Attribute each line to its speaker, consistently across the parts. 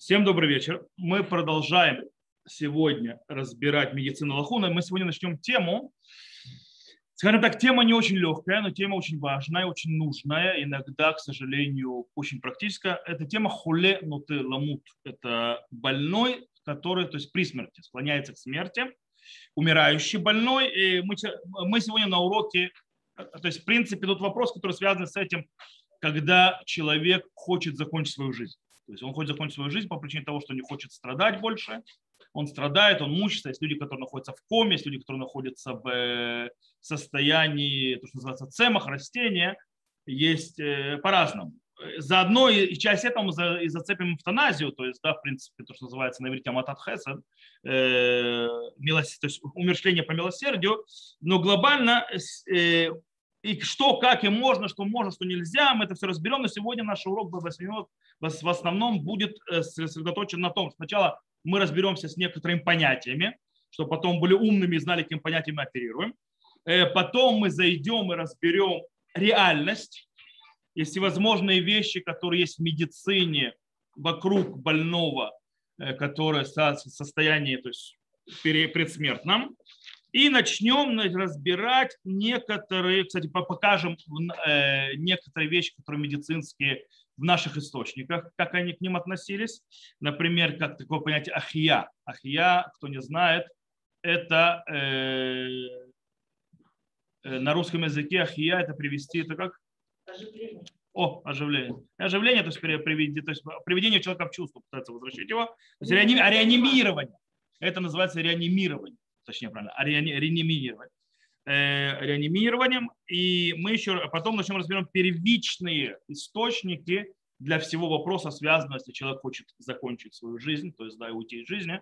Speaker 1: Всем добрый вечер. Мы продолжаем сегодня разбирать медицину Лахуна. Мы сегодня начнем тему, скажем так, тема не очень легкая, но тема очень важная, очень нужная, иногда, к сожалению, очень практическая. Это тема хуле ноте ламут. Это больной, который, то есть при смерти, склоняется к смерти, умирающий больной. И мы сегодня на уроке, то есть в принципе тут вопрос, который связан с этим, когда человек хочет закончить свою жизнь. То есть он хочет закончить свою жизнь по причине того, что не хочет страдать больше. Он страдает, он мучится. Есть люди, которые находятся в коме, есть люди, которые находятся в состоянии, то, что называется, цемах, растения. Есть по-разному. Заодно и часть этого мы и зацепим эвтаназию, то есть, да, в принципе, то, что называется на иврите аматат хесед, то есть умершление по милосердию. Но глобально и что, как и можно, что нельзя, мы это все разберем. Но сегодня наш урок в основном будет сосредоточен на том, что сначала мы разберемся с некоторыми понятиями, чтобы потом были умными и знали, каким понятием мы оперируем. Потом мы зайдем и разберем реальность и всевозможные вещи, которые есть в медицине вокруг больного, который в состоянии, то есть предсмертном. И начнем разбирать некоторые, кстати, покажем некоторые вещи, которые медицинские в наших источниках, как они к ним относились. Например, как такое понятие ахия. Ахия, кто не знает, это на русском языке ахия, это привести, это как?
Speaker 2: Оживление.
Speaker 1: Оживление. Оживление, то есть приведение человека в чувство, пытаться возвращать его. То есть реанимирование. Это называется реанимирование. Точнее, правильно, реанимированием. И мы еще потом начнем разбирать первичные источники для всего вопроса, связанного, если человек хочет закончить свою жизнь, то есть да, уйти из жизни,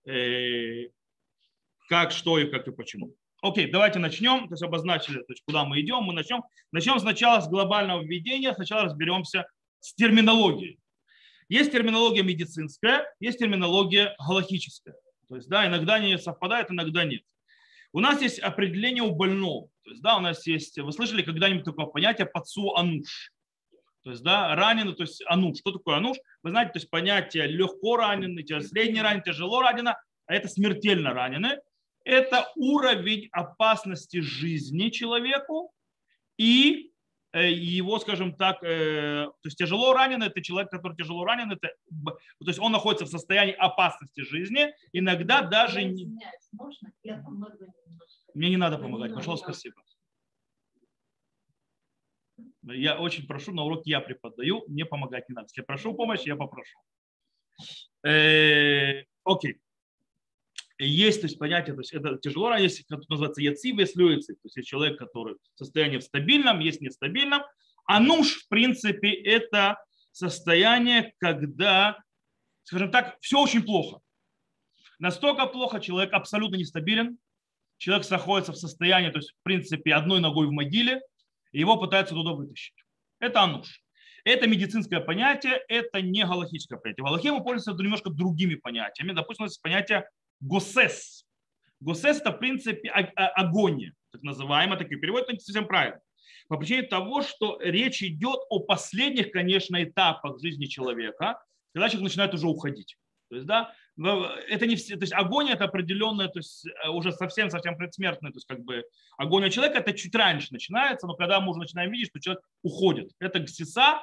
Speaker 1: как, что и как и почему. Окей, давайте начнем. То есть обозначили, то есть, куда мы идем. Мы начнем сначала с глобального введения, сначала разберемся с терминологией. Есть терминология медицинская, есть терминология галахическая. То есть, да, иногда они совпадают, иногда нет. У нас есть определение у больного. То есть, да, у нас есть, вы слышали когда-нибудь такое понятие пацу ануш? То есть, да, раненый, то есть ануш. Что такое ануш? Вы знаете, то есть понятие легко раненый, средне раненый, тяжело раненый, а это смертельно раненый. Это уровень опасности жизни человеку и его, скажем так, то есть тяжело раненый, это человек, который тяжело ранен, то есть он находится в состоянии опасности жизни, иногда даже...
Speaker 2: Можно? Я помогу.
Speaker 1: Мне не надо помогать, большое спасибо. Я очень прошу, на уроке я преподаю, мне помогать не надо. Если я прошу помощи, я попрошу. Окей. Есть, то есть понятие, то есть это тяжело ранен, есть, как называется, яцив, есть люицив, то есть есть человек, который в состоянии стабильном, есть нестабильном. А нуш, в принципе, это состояние, когда, скажем так, все очень плохо. Настолько плохо, человек абсолютно нестабилен, человек находится в состоянии, то есть, в принципе, одной ногой в могиле, и его пытаются туда вытащить. Это ануш. Это медицинское понятие, это не галахическое понятие. В галахе мы пользуемся немножко другими понятиями. Допустим, у нас есть понятие госес. Госес – это, в принципе, агония, так называемая, такой перевод, это не совсем правильно. По причине того, что речь идет о последних, конечно, этапах жизни человека, когда человек начинает уже уходить. То есть, да, это не все, то есть агония это определенная, то есть уже совсем предсмертная, то есть как бы агония человека это чуть раньше начинается, но когда мы уже начинаем видеть, что человек уходит, это гсиса,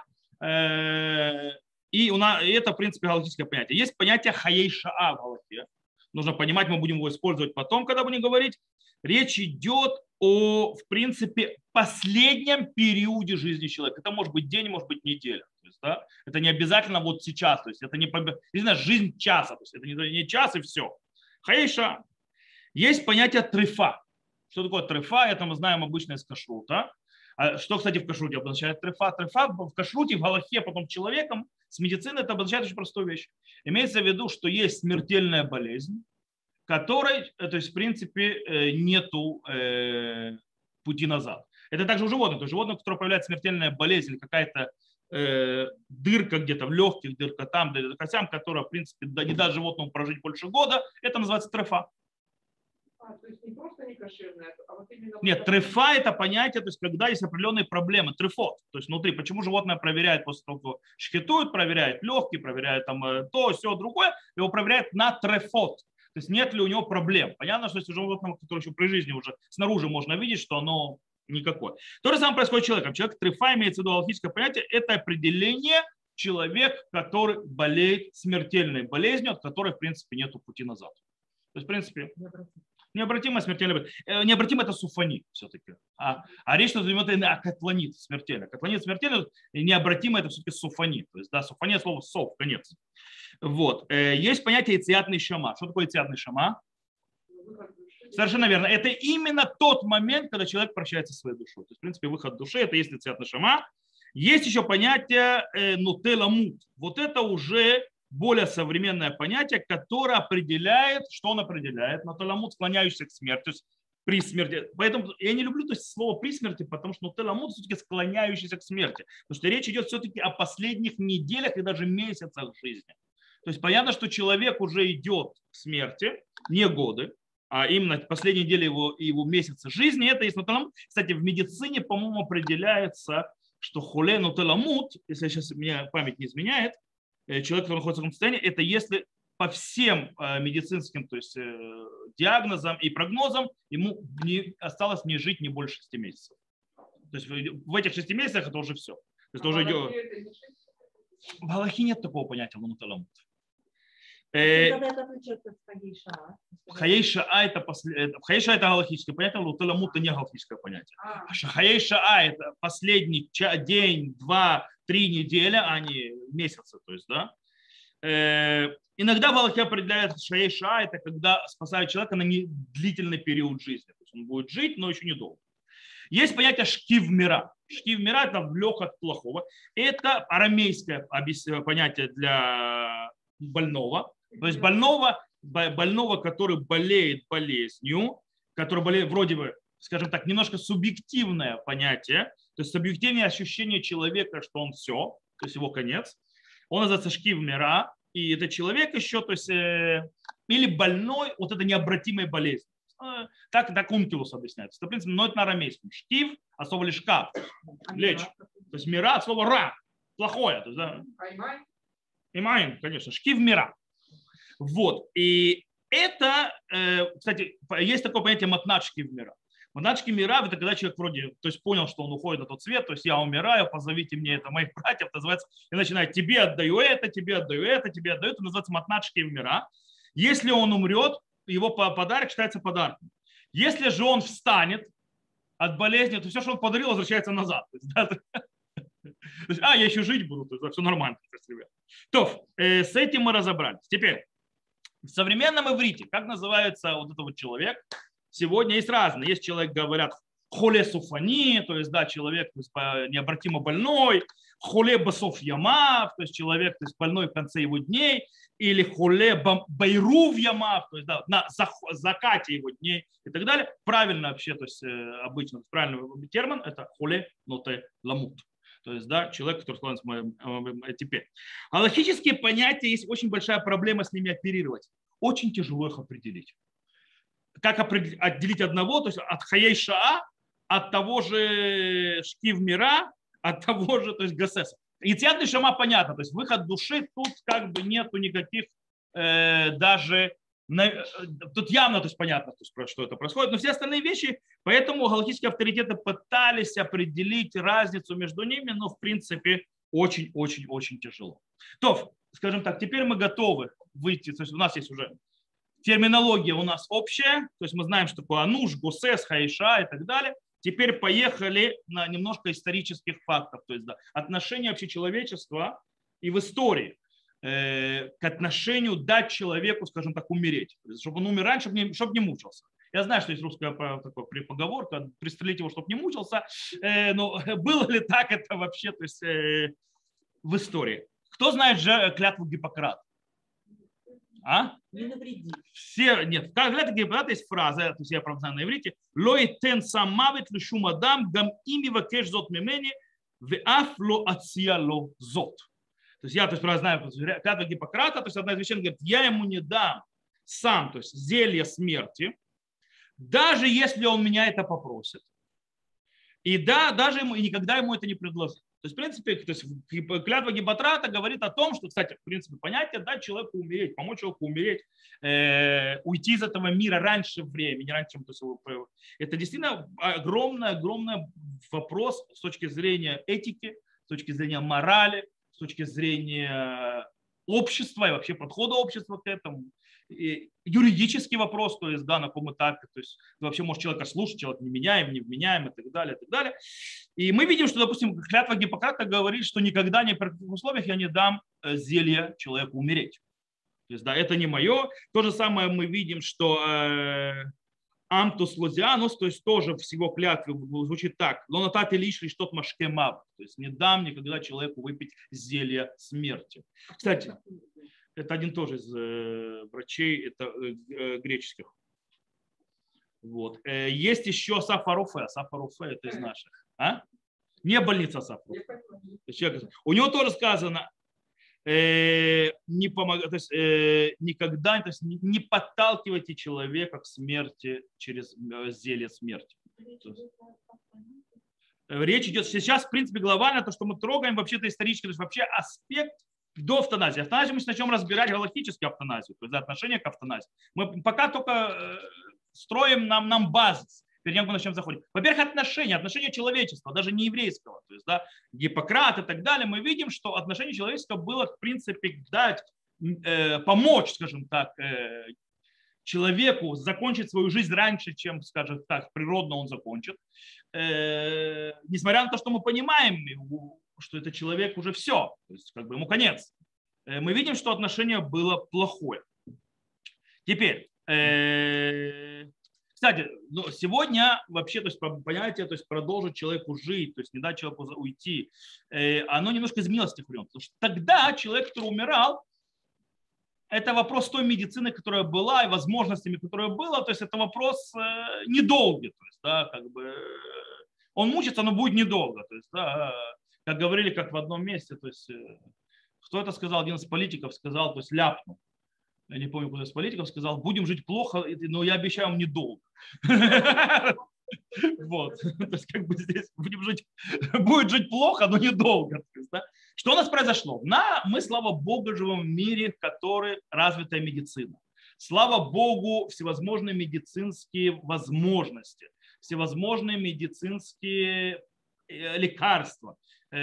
Speaker 1: и это в принципе галактическое понятие. Есть понятие хаей шаа в галахе. Нужно понимать, мы будем его использовать потом, когда будем говорить. Речь идет о, в принципе, последнем периоде жизни человека. Это может быть день, может быть неделя. То есть, да, это не обязательно вот сейчас. То есть это не знаю, жизнь часа. То есть это не час и все. Хаиша. Есть понятие трефа. Что такое трефа? Это мы знаем обычно из кашрута. Что, кстати, в кашруте обозначает трефа? Трефа в кашруте, в галахе, потом человеком с медицины это обозначает очень простую вещь. Имеется в виду, что есть смертельная болезнь, которой, то есть, в принципе, нету пути назад. Это также у животных. То есть животных, у которого появляется смертельная болезнь или какая-то дырка где-то в легких, дырка там, дырка сям, которая, в принципе, не даст животному прожить больше года, это называется трефа.
Speaker 3: То есть не просто некошерное, а вот именно...
Speaker 1: Нет, трефа это понятие, то есть когда есть определенные проблемы, трефот. То есть внутри, почему животное проверяет после того, как шкетует, проверяет легкие, проверяет там то, все, другое, его проверяет на трефот. То есть нет ли у него проблем. Понятно, что если животное, которое еще при жизни уже снаружи можно видеть, что оно никакое. То же самое происходит с человеком. Человек трефа имеется в виду аллахическое понятие, это определение человек, который болеет смертельной болезнью, от которой, в принципе, нет пути назад. То есть, в принципе, необратимая смертельная болезнь. Необратимо это суфани все-таки. А речь идет о катланит смертельно. Катланит смертельно, необратимо это все-таки суфани. То есть, да, суфани слово сов, конец. Вот. Есть понятие ициатный шама. Что такое ициатный шама? Совершенно верно. Это именно тот момент, когда человек прощается со своей душой. То есть, в принципе, выход души, это есть ициатный шама. Есть еще понятие нутеламут. Вот это уже более современное понятие, которое определяет, что он определяет. Нутеламут, склоняющийся к смерти. То есть при смерти. Поэтому я не люблю то есть, слово при смерти, потому что нутеламут все-таки склоняющийся к смерти. Потому что речь идет все-таки о последних неделях и даже месяцах жизни. То есть понятно, что человек уже идет к смерти, не годы, а именно последние недели его месяца жизни. Это есть нутеламут. Кстати, в медицине, по-моему, определяется, что хуле нутеламут, если сейчас меня память не изменяет, человек, который находится в таком состоянии, это если по всем медицинским то есть, диагнозам и прогнозам ему осталось не жить не больше 6 месяцев. То есть в этих 6 месяцах это уже все. То есть уже идет... В Аллахе нет такого понятия нутеламут. Хаей шаа это галактическое понятие, но нутеламут это не галактическое понятие. Хаей шаа это последний день, 2-3 недели, а не месяцы. То есть, да? Иногда в Аллахе определяют хаей шаа, это когда спасают человека на длительный период жизни. То есть он будет жить, но еще недолго. Есть понятие шкив мира. Шкив мира это влек от плохого. Это арамейское понятие для больного. То есть больного, который болеет болезнью, который болеет вроде бы, скажем так, немножко субъективное понятие, то есть субъективное ощущение человека, что он все, то есть его конец. Он называется шкив мира, и это человек еще, то есть или больной, вот это необратимая болезнь. Так Ункилус объясняется. Это, в принципе, но это на арамейском. Шкив, а слово лишь шкаф, лечь. То есть мира, слово ра, плохое. То есть, да. Имайн, конечно, шкив мира. Вот. И это, кстати, есть такое понятие матначки в мира. Матначки мира – это когда человек вроде, то есть понял, что он уходит на тот свет, то есть я умираю, позовите мне это моих братьев, это называется, и начинает тебе отдаю это, тебе отдаю это, тебе отдаю это, называется матначки в мира. Если он умрет, его подарок считается подарком. Если же он встанет от болезни, то все, что он подарил, возвращается назад. То есть, я еще жить буду, то есть, все нормально. То, с этим мы разобрались. Теперь, в современном иврите, как называется вот этот вот человек? Сегодня есть разные. Есть человек, говорят, холе суфани, то есть, да, человек то есть, необратимо больной, холе басов ямав, то есть человек то есть, больной в конце его дней, или холе байрув ямав, то есть, да, на закате его дней и так далее. Правильно вообще, то есть, обычно, правильный термин – это холе ноте ламут. То есть, да, человек, который склоняется теперь. Аллахические понятия, есть очень большая проблема с ними оперировать. Очень тяжело их определить. Как отделить одного, то есть от хаей шаа, от того же шкив мира, от того же, то есть гасеса. Инициатный шама понятно, то есть выход души, тут как бы нету никаких даже... Тут явно то есть, понятно, то есть, что это происходит, но все остальные вещи, поэтому галактические авторитеты пытались определить разницу между ними, но в принципе очень-очень-очень тяжело. То, скажем так, теперь мы готовы выйти, то есть у нас есть уже терминология у нас общая, то есть мы знаем, что такое ануш, гусес, хаиша и так далее. Теперь поехали на немножко исторических фактов, то есть да, отношение вообще человечества и в истории к отношению дать человеку, скажем так, умереть. Чтобы он умер раньше, чтобы не мучился. Я знаю, что есть русская такая поговорка, пристрелить его, чтобы не мучился, но было ли так это вообще то есть, в истории? Кто знает клятву Гиппократа?
Speaker 2: Не навреди.
Speaker 1: Все, нет, в клятве Гиппократа есть фраза, то есть я правда знаю на иврите, «Лой тен самавет лишум адам гам ими вакеш зот мемени веаф ло ация ло зот». То есть я то есть, знаю клятву Гиппократа, то есть одна из вещей, говорит, я ему не дам сам, то есть зелье смерти, даже если он меня это попросит. И да, даже ему, и никогда ему это не предложит. То есть, в принципе, то есть, клятва Гиппократа говорит о том, что, кстати, в принципе, понятие дать человеку умереть, помочь человеку умереть, уйти из этого мира раньше времени, раньше, чем то есть, это действительно огромный вопрос с точки зрения этики, с точки зрения морали, с точки зрения общества и вообще подхода общества к этому. И юридический вопрос, то есть, да, на каком этапе, то есть, вообще может человека слушать, человек не меняем, не вменяем и так далее, и так далее. И мы видим, что, допустим, клятва Гиппократа говорит, что никогда ни при каких условиях я не дам зелье человеку умереть. То есть, да, это не мое. То же самое мы видим, что амтус лозианус, то есть тоже в его клятве звучит так: лонатати лишь тот машкемав, то есть не дам никогда человеку выпить зелье смерти. Кстати, это один тоже из врачей, это греческих. Вот. Есть еще Сафаруфе. Сафаруфе это из наших. Не больница Сафаруфе. У него тоже сказано, не помогать, то есть, никогда, то есть, не подталкивайте человека к смерти через зелье смерти. Речь идет сейчас, в принципе, глобально, то, что мы трогаем вообще-то исторически, то есть вообще аспект до эвтаназии. Эвтаназию мы начнем разбирать галактически эвтаназию, то есть отношение к эвтаназии. Мы пока только строим нам базис, перед тем, как мы начнем заходить. Во-первых, отношения человечества, даже не еврейского, то есть, да, Гиппократ и так далее, мы видим, что отношение человечества было, в принципе, дать, помочь, скажем так, человеку закончить свою жизнь раньше, чем, скажем так, природно он закончит. Несмотря на то, что мы понимаем, что это человек уже все, то есть как бы ему конец. Мы видим, что отношение было плохое. Теперь, кстати, сегодня вообще, то есть понятие, то есть продолжить человеку жить, то есть не дать человеку уйти, оно немножко изменилось с тех времен. Потому что тогда человек, который умирал, это вопрос той медицины, которая была, и возможностями, которые было. То есть это вопрос недолгий. То есть, да, как бы, он мучится, но будет недолго. То есть, да, как говорили, как в одном месте. То есть, кто это сказал? Один из политиков сказал, то есть ляпнул. Я не помню, кто из политиков сказал: будем жить плохо, но я обещаю вам недолго. Вот. То есть, как бы здесь будет жить плохо, но недолго. Что у нас произошло? Мы, слава Богу, живем в мире, в котором развитая медицина. Слава Богу, всевозможные медицинские возможности, всевозможные медицинские лекарства,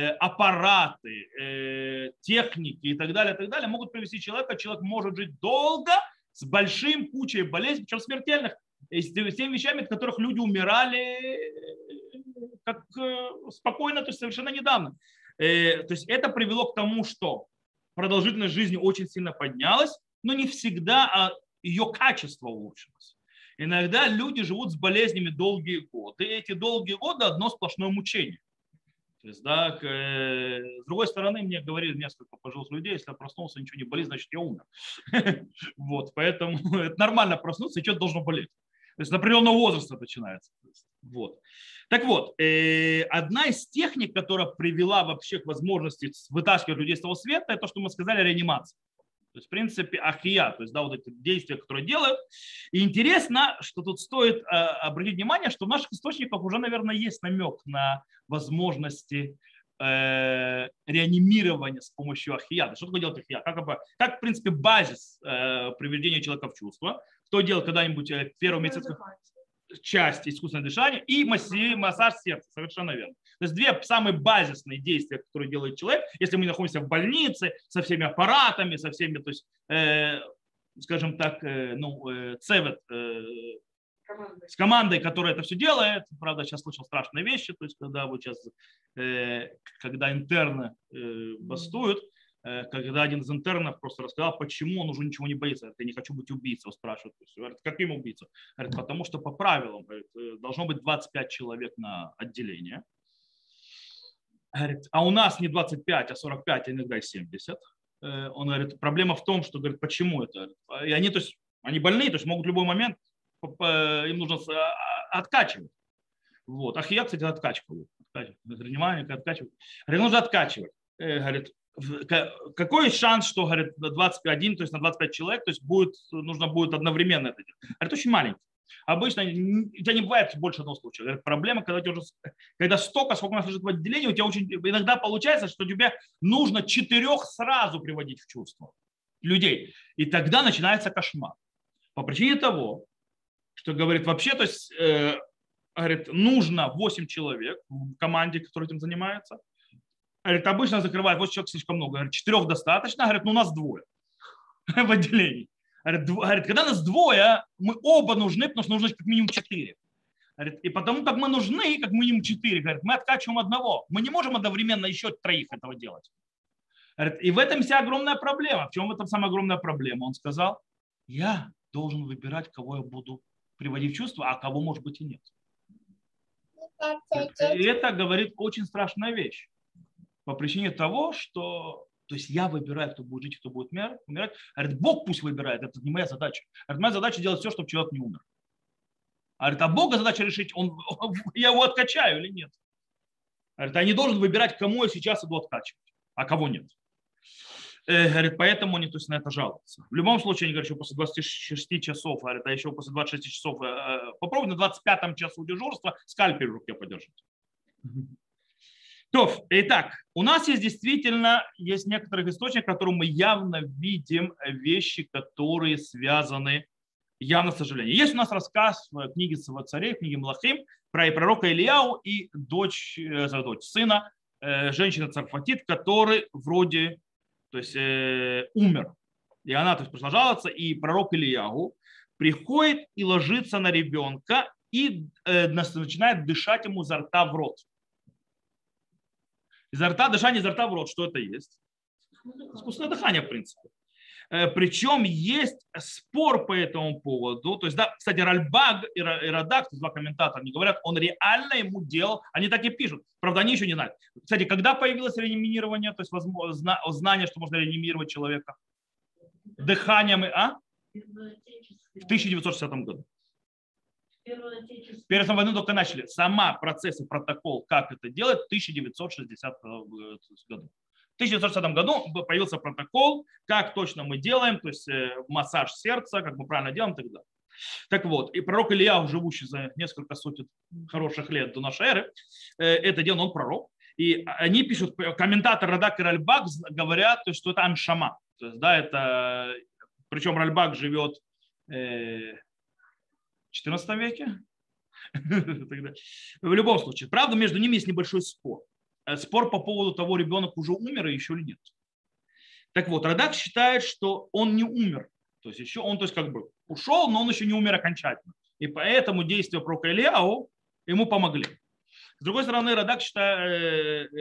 Speaker 1: аппараты, техники и так далее могут привести человека. Человек может жить долго, с большим кучей болезней, причем смертельных, с теми вещами, от которых люди умирали как спокойно, то есть совершенно недавно. То есть это привело к тому, что продолжительность жизни очень сильно поднялась, но не всегда ее качество улучшилось. Иногда люди живут с болезнями долгие годы, и эти долгие годы одно сплошное мучение. То есть, да, с другой стороны, мне говорили несколько пожилых людей: если я проснулся, ничего не болит, значит я умер. Вот, поэтому это нормально проснуться, и что-то должно болеть. То есть с определенного возраста начинается. Вот. Так вот, одна из техник, которая привела вообще к возможности вытаскивать людей с того света, это то, что мы сказали, реанимация. То есть, в принципе, ахия, то есть, да, вот эти действия, которые делают. И интересно, что тут стоит обратить внимание, что в наших источниках уже, наверное, есть намек на возможности реанимирования с помощью ахия. Что такое делать ахия? Как, в принципе, базис приведения человека в чувство. Кто делал когда-нибудь первую медицинскую часть искусственное дыхание и массаж сердца, совершенно верно. То есть две самые базисные действия, которые делает человек, если мы находимся в больнице со всеми аппаратами, со всеми, то есть, скажем так, цевет, с командой, которая это все делает. Правда, сейчас слышал страшные вещи, то есть когда вот сейчас, когда интерны бастуют, когда один из интернов просто рассказал, почему он уже ничего не боится. Говорит: я не хочу быть убийцей, он спрашивает. Говорит: каким убийцей? Говорит: потому что по правилам, говорит, должно быть 25 человек на отделение. Говорит: а у нас не 25, а 45, а иногда и 70. Он говорит: проблема в том, что, говорит, почему это? И они, то есть, они больные, то есть могут в любой момент, им нужно откачивать. Вот. Ахия, кстати, откачивают. Внимание, откачивают. Говорит: нужно откачивать. Говорит: какой шанс, что, говорит, 21, то есть на 25 человек, то есть нужно будет одновременно это делать? Говорит: очень маленький. Обычно у тебя не бывает больше одного случая. Говорит, проблема, когда столько, сколько у нас лежит в отделении, у тебя очень иногда получается, что тебе нужно 4 сразу приводить в чувство людей. И тогда начинается кошмар. По причине того, что говорит вообще, то есть говорит, нужно 8 человек в команде, которая этим занимается. Говорит, обычно закрывает 8 человек слишком много. Говорит, 4 достаточно. Говорит, ну у нас 2 в отделении. Говорит, когда нас 2, мы оба нужны, потому что нужно как минимум 4. Говорит, и потому как мы нужны, как минимум 4, говорит, мы откачиваем одного. Мы не можем одновременно еще 3 этого делать. Говорит, и в этом вся огромная проблема. В чем в этом самая огромная проблема? Он сказал, я должен выбирать, кого я буду приводить в чувство, а кого, может быть, и нет. И это, говорит, очень страшная вещь. По причине того, что то есть я выбираю, кто будет жить, кто будет умирать. Говорит, Бог пусть выбирает, это не моя задача. Говорит, моя задача делать все, чтобы человек не умер. Говорит, а Бога задача решить, я его откачаю или нет. Говорит, я не должен выбирать, кому я сейчас иду откачивать, а кого нет. Говорит, поэтому они то есть, на это жалуются. В любом случае, они говорят, что после 26 часов, говорит, а еще после 26 часов попробуй на 25-м часу дежурства скальпель в руке подержать. То, итак, у нас есть действительно есть некоторых источников, в которых мы явно видим вещи, которые связаны явно с сожалением. Есть у нас рассказ в книге царей, в книге Млахим про пророка Ильяу и дочь сына, женщины Царфатит, который вроде то есть, умер. И она то есть, пришла жаловаться, и пророк Ильяу приходит и ложится на ребенка и начинает дышать ему изо рта в рот. Дышание изо рта в рот, что это есть? Искусственное дыхание, в принципе. Причем есть спор по этому поводу. То есть, да, кстати, Ральбаг и Радак, два комментатора, они говорят, он реально ему делал, они так и пишут. Правда, они еще не знают. Кстати, когда появилось реанимирование, то есть знание, что можно реанимировать человека? Дыханием, в 1960 году. Первую войну только начали. Сама процесс и протокол, как это делать, в 1960 году. В 1960 году появился протокол, как точно мы делаем, то есть массаж сердца, как мы правильно делаем и так далее. Так вот, и пророк Илья, живущий за несколько сотен хороших лет до нашей эры, это делал, он пророк. И они пишут, комментатор Радак и Ральбак говорят, то есть, что это аншама. То есть, да, это, причем Ральбак живет в 14 веке. В любом случае, правда, между ними есть небольшой спор. Спор по поводу того, ребенок уже умер и еще или нет. Так вот, Радак считает, что он не умер. То есть еще он, то есть как бы ушел, но он еще не умер окончательно. И поэтому действия пророка Ильяу ему помогли. С другой стороны, Радак считает,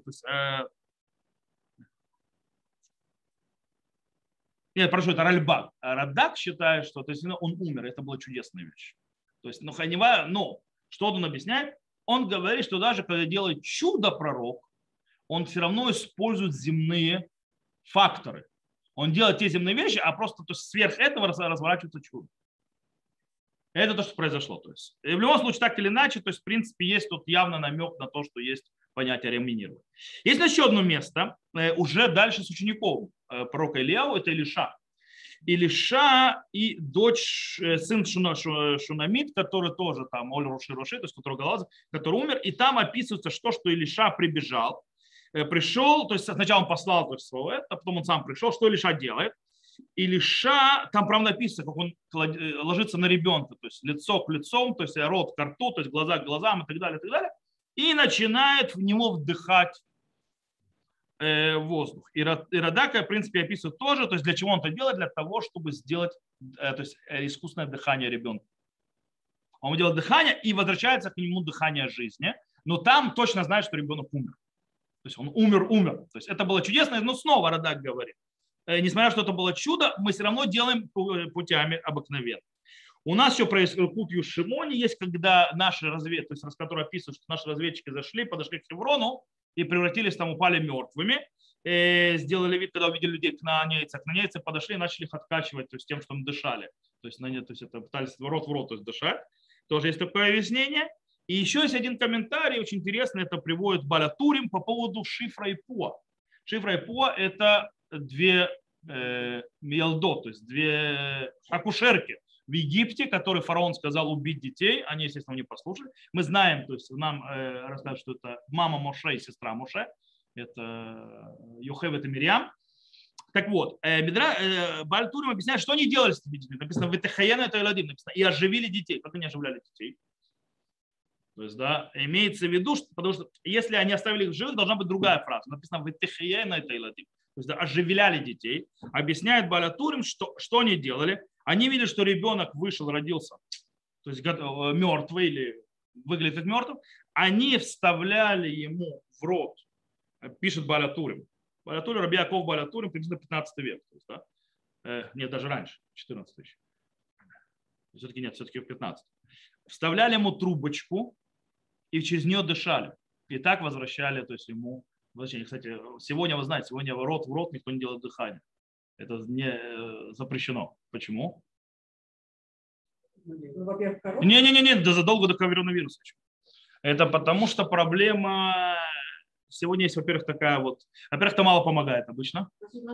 Speaker 1: нет, прошу, это Ральбак. А Радак считает, что то есть, он умер, это была чудесная вещь. То есть, но что он объясняет? Он говорит, что даже когда делает чудо пророк, он все равно использует земные факторы. Он делает те земные вещи, а просто то есть, сверх этого разворачивается чудо. Это то, что произошло. То есть. И в любом случае, так или иначе, то есть, в принципе, есть тут явно намек на то, что есть понятие реанимирования. Есть еще одно место, уже дальше с учеников пророка Ильяу, это Илиша. Илиша и дочь, сын Шунамит, который тоже там, Оль-Роши, то есть который Галаз, который умер. И там описывается, что Илиша прибежал, пришел, то есть сначала он послал то есть, слово, а потом он сам пришел, что Илиша делает. Илиша, там прям написано, как он ложится на ребенка, то есть лицо к лицу, то есть рот к рту, то есть глаза к глазам и так далее, и начинает в него вдыхать воздух. И Радака, в принципе, описывает тоже, то есть для чего он это делает, для того, чтобы сделать то есть, искусственное дыхание ребенка. Он делает дыхание и возвращается к нему дыхание жизни, но там точно знает, что ребенок умер. То есть он умер. То есть это было чудесно, но снова Радак говорит, несмотря на то, что это было чудо, мы все равно делаем путями обыкновенными. У нас еще происходит в Шимоне, есть, когда наши разведчики, то есть, которые описывают, что наши разведчики подошли к Хеврону и превратились там, упали мертвыми, сделали вид, когда увидели людей кнаанейцы подошли и начали их откачивать, то есть тем, что им дышали. То есть это пытались рот в рот то есть, дышать. Тоже есть такое объяснение. И еще есть один комментарий, очень интересный, это приводит Баля Турим по поводу Шифра и Пуа. Шифра и Пуа – это две миелдо, то есть две акушерки, в Египте, который фараон сказал убить детей, они, естественно, не послушали. Мы знаем, то есть нам рассказывают, что это мама Моше и сестра Моше, это Йохевед и Мирьям. Так вот, Бааль Турим объясняет, что они делали с этими детьми. Написано, «Витахаяна это Эладим», написано, и оживили детей. Как они оживляли детей? То есть, да, имеется в виду, что, потому что если они оставили их живых, должна быть другая фраза. Написано «Витахаяна это Эладим». То есть, да, оживляли детей. Объясняет Бааль Турим, что они делали. Они видели, что ребенок вышел, родился, то есть мертвый или выглядит как мертвым. Они вставляли ему в рот, пишет Бааль Турим, Раби Яков Бааль Турим, приблизительно 15 век. То есть, да? Нет, даже раньше, 14 тысяч. Все-таки нет, все-таки в 15. Вставляли ему трубочку и через нее дышали. И так возвращали, то есть ему возвращение. Кстати, сегодня, вы знаете, сегодня в рот никто не делает дыхание. Это не запрещено. Почему?
Speaker 3: Ну, во-первых,
Speaker 1: Не, да задолго до коронавируса. Это потому что проблема... Сегодня есть, во-первых, такая вот... Во-первых, это мало помогает обычно.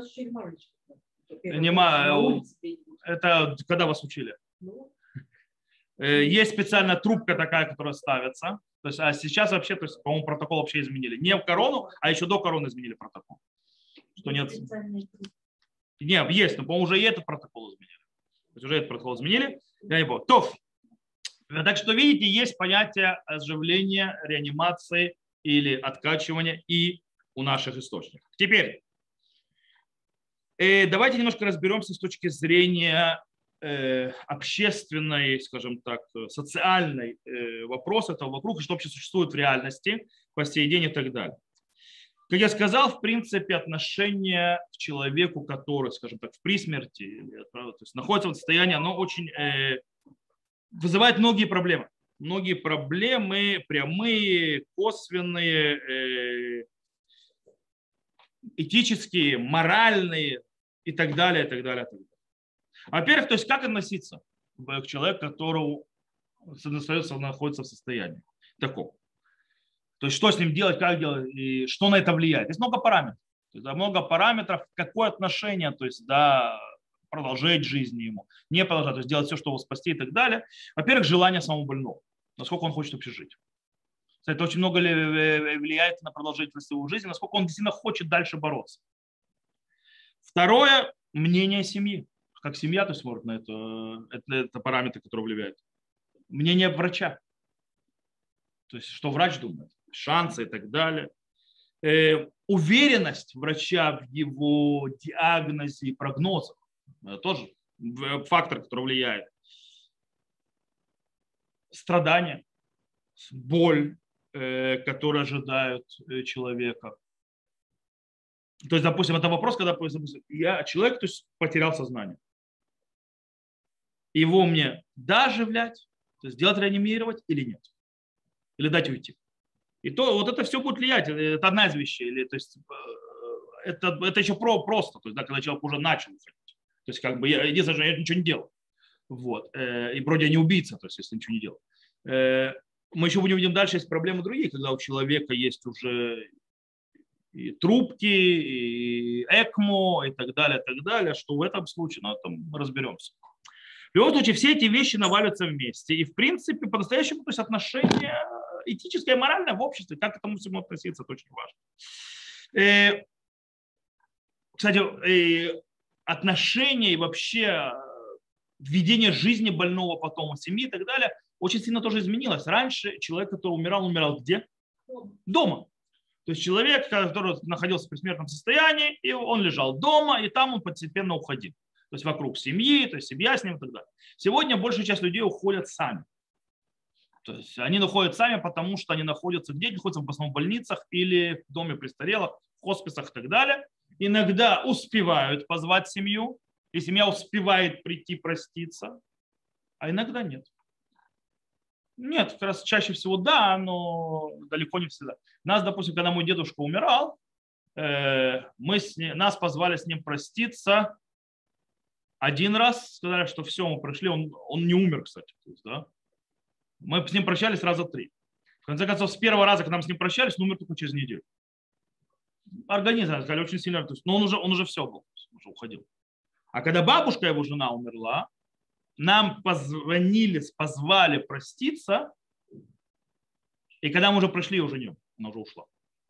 Speaker 1: Это когда вас учили? Есть специальная трубка такая, которая ставится. То есть, а сейчас вообще, то есть, по-моему, протокол вообще изменили. Не в корону, а еще до короны изменили протокол. Что нет... Нет, есть, но, по-моему, уже и этот протокол изменили. То есть уже этот протокол изменили. Я не помню. Так что, видите, есть понятие оживления, реанимации или откачивания и у наших источников. Теперь, давайте немножко разберемся с точки зрения общественной, скажем так, социальной вопроса этого вокруг, что вообще существует в реальности по сей день и так далее. Как я сказал, в принципе, отношение к человеку, который, скажем так, в присмерти, то есть находится в состоянии, оно очень вызывает многие проблемы. Многие проблемы прямые, косвенные, этические, моральные и так далее, и так далее, и так далее. Во-первых, то есть как относиться к человеку, которого находится в состоянии таком. То есть что с ним делать, как делать, и что на это влияет. Есть много параметров. То есть, да, много параметров, какое отношение, то есть, да, продолжать жизнь ему, не продолжать, то есть делать все, чтобы его спасти и так далее. Во-первых, желание самого больного, насколько он хочет вообще жить. Кстати, это очень много влияет на продолжительность его жизни, насколько он действительно хочет дальше бороться. Второе, мнение семьи. Как семья, то есть смотрит на это параметры, которые влияют. Мнение врача. То есть, что врач думает, шансы и так далее. Уверенность врача в его диагнозе и прогнозах. Это тоже фактор, который влияет. Страдания, боль, которую ожидают человека. То есть, допустим, это вопрос, когда человек, то есть, потерял сознание. Его мне доживлять, то есть делать реанимировать или нет. Или дать уйти. И то вот это все будет влиять. Это одна из вещей. Или, то есть, это еще просто, то есть, да, когда человек уже начал уходить. То есть, как бы, единственное, что я ничего не делал. Вот. И вроде я не убийца, то есть, если ничего не делал. Мы еще будем видеть дальше, есть проблемы другие, когда у человека есть уже и трубки, и ЭКМО, и так далее, что в этом случае, на этом мы разберемся. В любом случае, все эти вещи наваливаются вместе. И, в принципе, по-настоящему, то есть отношения этическое и моральное в обществе, как к этому всему относиться, это очень важно. Кстати, отношения и вообще введение жизни больного потом в семье и так далее очень сильно тоже изменилось. Раньше человек, который умирал где? Дома. То есть человек, который находился в предсмертном состоянии, и он лежал дома, и там он постепенно уходил. То есть вокруг семьи, то есть семья с ним и так далее. Сегодня большая часть людей уходят сами. То есть они находят сами, потому что они находятся где? Они находятся в основном больницах или в доме престарелых, в хосписах и так далее. Иногда успевают позвать семью, и семья успевает прийти проститься, а иногда нет. Нет, как раз чаще всего да, но далеко не всегда. Нас, допустим, когда мой дедушка умирал, нас позвали с ним проститься один раз, сказали, что все, мы прошли, он не умер, кстати. То есть, да? Мы с ним прощались раза 3. В конце концов, с первого раза, когда мы с ним прощались, он умер только через неделю. Организм, сказали, очень сильно, то есть, но он уже все был, уже уходил. А когда бабушка, его жена, умерла, нам позвонили, позвали проститься, и когда мы уже пришли, уже нет, она уже ушла.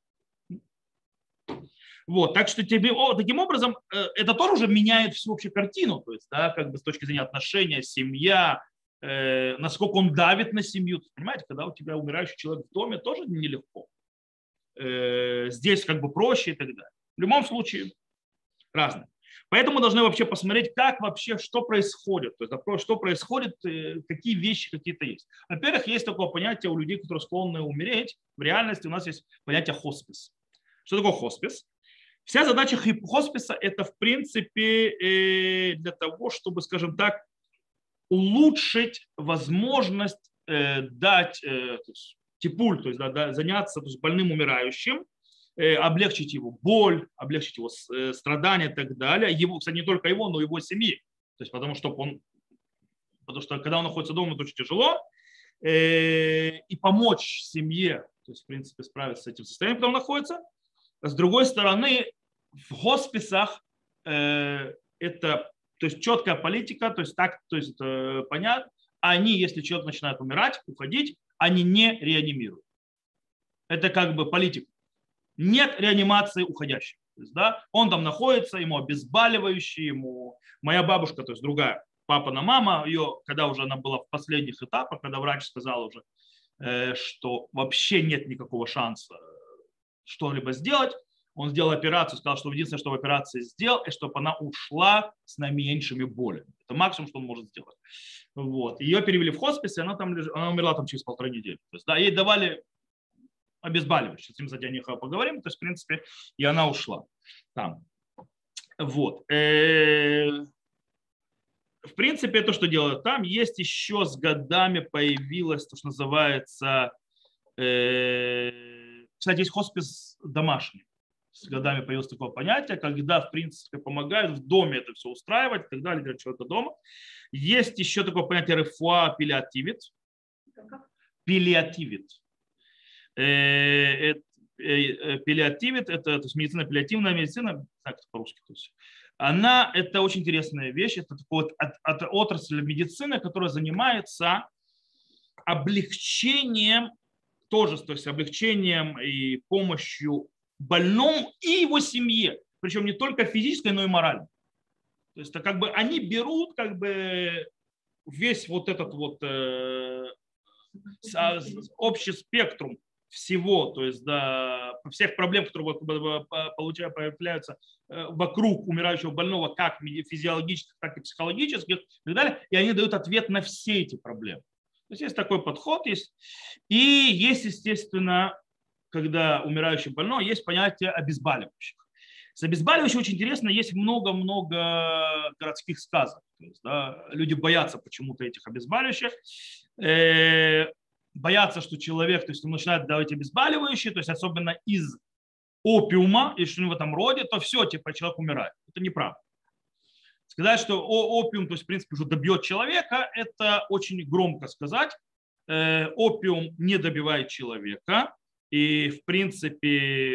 Speaker 1: Вот, так что тебе, таким образом это тоже уже меняет всю общую картину, то есть, да, как бы с точки зрения отношения, семья, насколько он давит на семью. Понимаете, когда у тебя умирающий человек в доме, тоже нелегко. Здесь как бы проще и так далее. В любом случае разное. Поэтому мы должны вообще посмотреть, как вообще, что происходит. То есть, что происходит, какие вещи какие-то есть. Во-первых, есть такое понятие у людей, которые склонны умереть. В реальности у нас есть понятие хоспис. Что такое хоспис? Вся задача хосписа – это, в принципе, для того, чтобы, скажем так, улучшить возможность дать типуль, то есть заняться, то есть больным умирающим, облегчить его боль, облегчить его страдания и так далее. Его, кстати, не только его, но и его семьи. То есть потому что когда он находится дома, это очень тяжело. И помочь семье, то есть, в принципе, справиться с этим состоянием, в котором он находится. С другой стороны, в хосписах это, то есть, четкая политика, то есть так, то есть понятно, они, если человек начинает умирать, уходить, они не реанимируют. Это как бы политика. Нет реанимации уходящих. То есть, да, он там находится, ему обезболивающие, ему моя бабушка, то есть другая, папа на мама, ее, когда уже она была в последних этапах, когда врач сказал уже, что вообще нет никакого шанса что-либо сделать, он сделал операцию, сказал, что единственное, что в операции сделал, это чтобы она ушла с наименьшими болями. Это максимум, что он может сделать. Вот. Ее перевели в хоспис, и она умерла там через 1,5 недели. То есть, да, ей давали обезболивающее. С этим, кстати, о них поговорим. То есть, в принципе, и она ушла там. Вот. В принципе, это что делают там. Есть еще с годами появилось то, что называется... Кстати, есть хоспис домашний. С годами появилось такое понятие, когда, в принципе, помогают в доме это все устраивать и так далее, для человека дома. Есть еще такое понятие рефуа паллиативит. Паллиативит. Паллиативит, это то есть медицина, паллиативная медицина, как это по-русски, то есть, это очень интересная вещь, это такой вот отрасль медицины, которая занимается облегчением, тоже, то есть облегчением и помощью больному и его семье, причем не только физической, но и моральной. То есть это как бы они берут как бы весь вот этот вот общий спектрум всего, то есть да, всех проблем, которые появляются вокруг умирающего больного, как физиологических, так и психологических и так далее, и они дают ответ на все эти проблемы. То есть есть такой подход, есть. И есть, естественно, когда умирающий больной, есть понятие обезболивающих. С обезболивающим очень интересно, есть много-много городских сказок. То есть, да, люди боятся почему-то этих обезболивающих, боятся, что человек, то есть он начинает давать обезболивающие, то есть особенно из опиума и что-нибудь в этом роде, то все, типа человек умирает. Это неправда. Сказать, что опиум, то есть в принципе уже добьет человека, это очень громко сказать. Опиум не добивает человека. И, в принципе,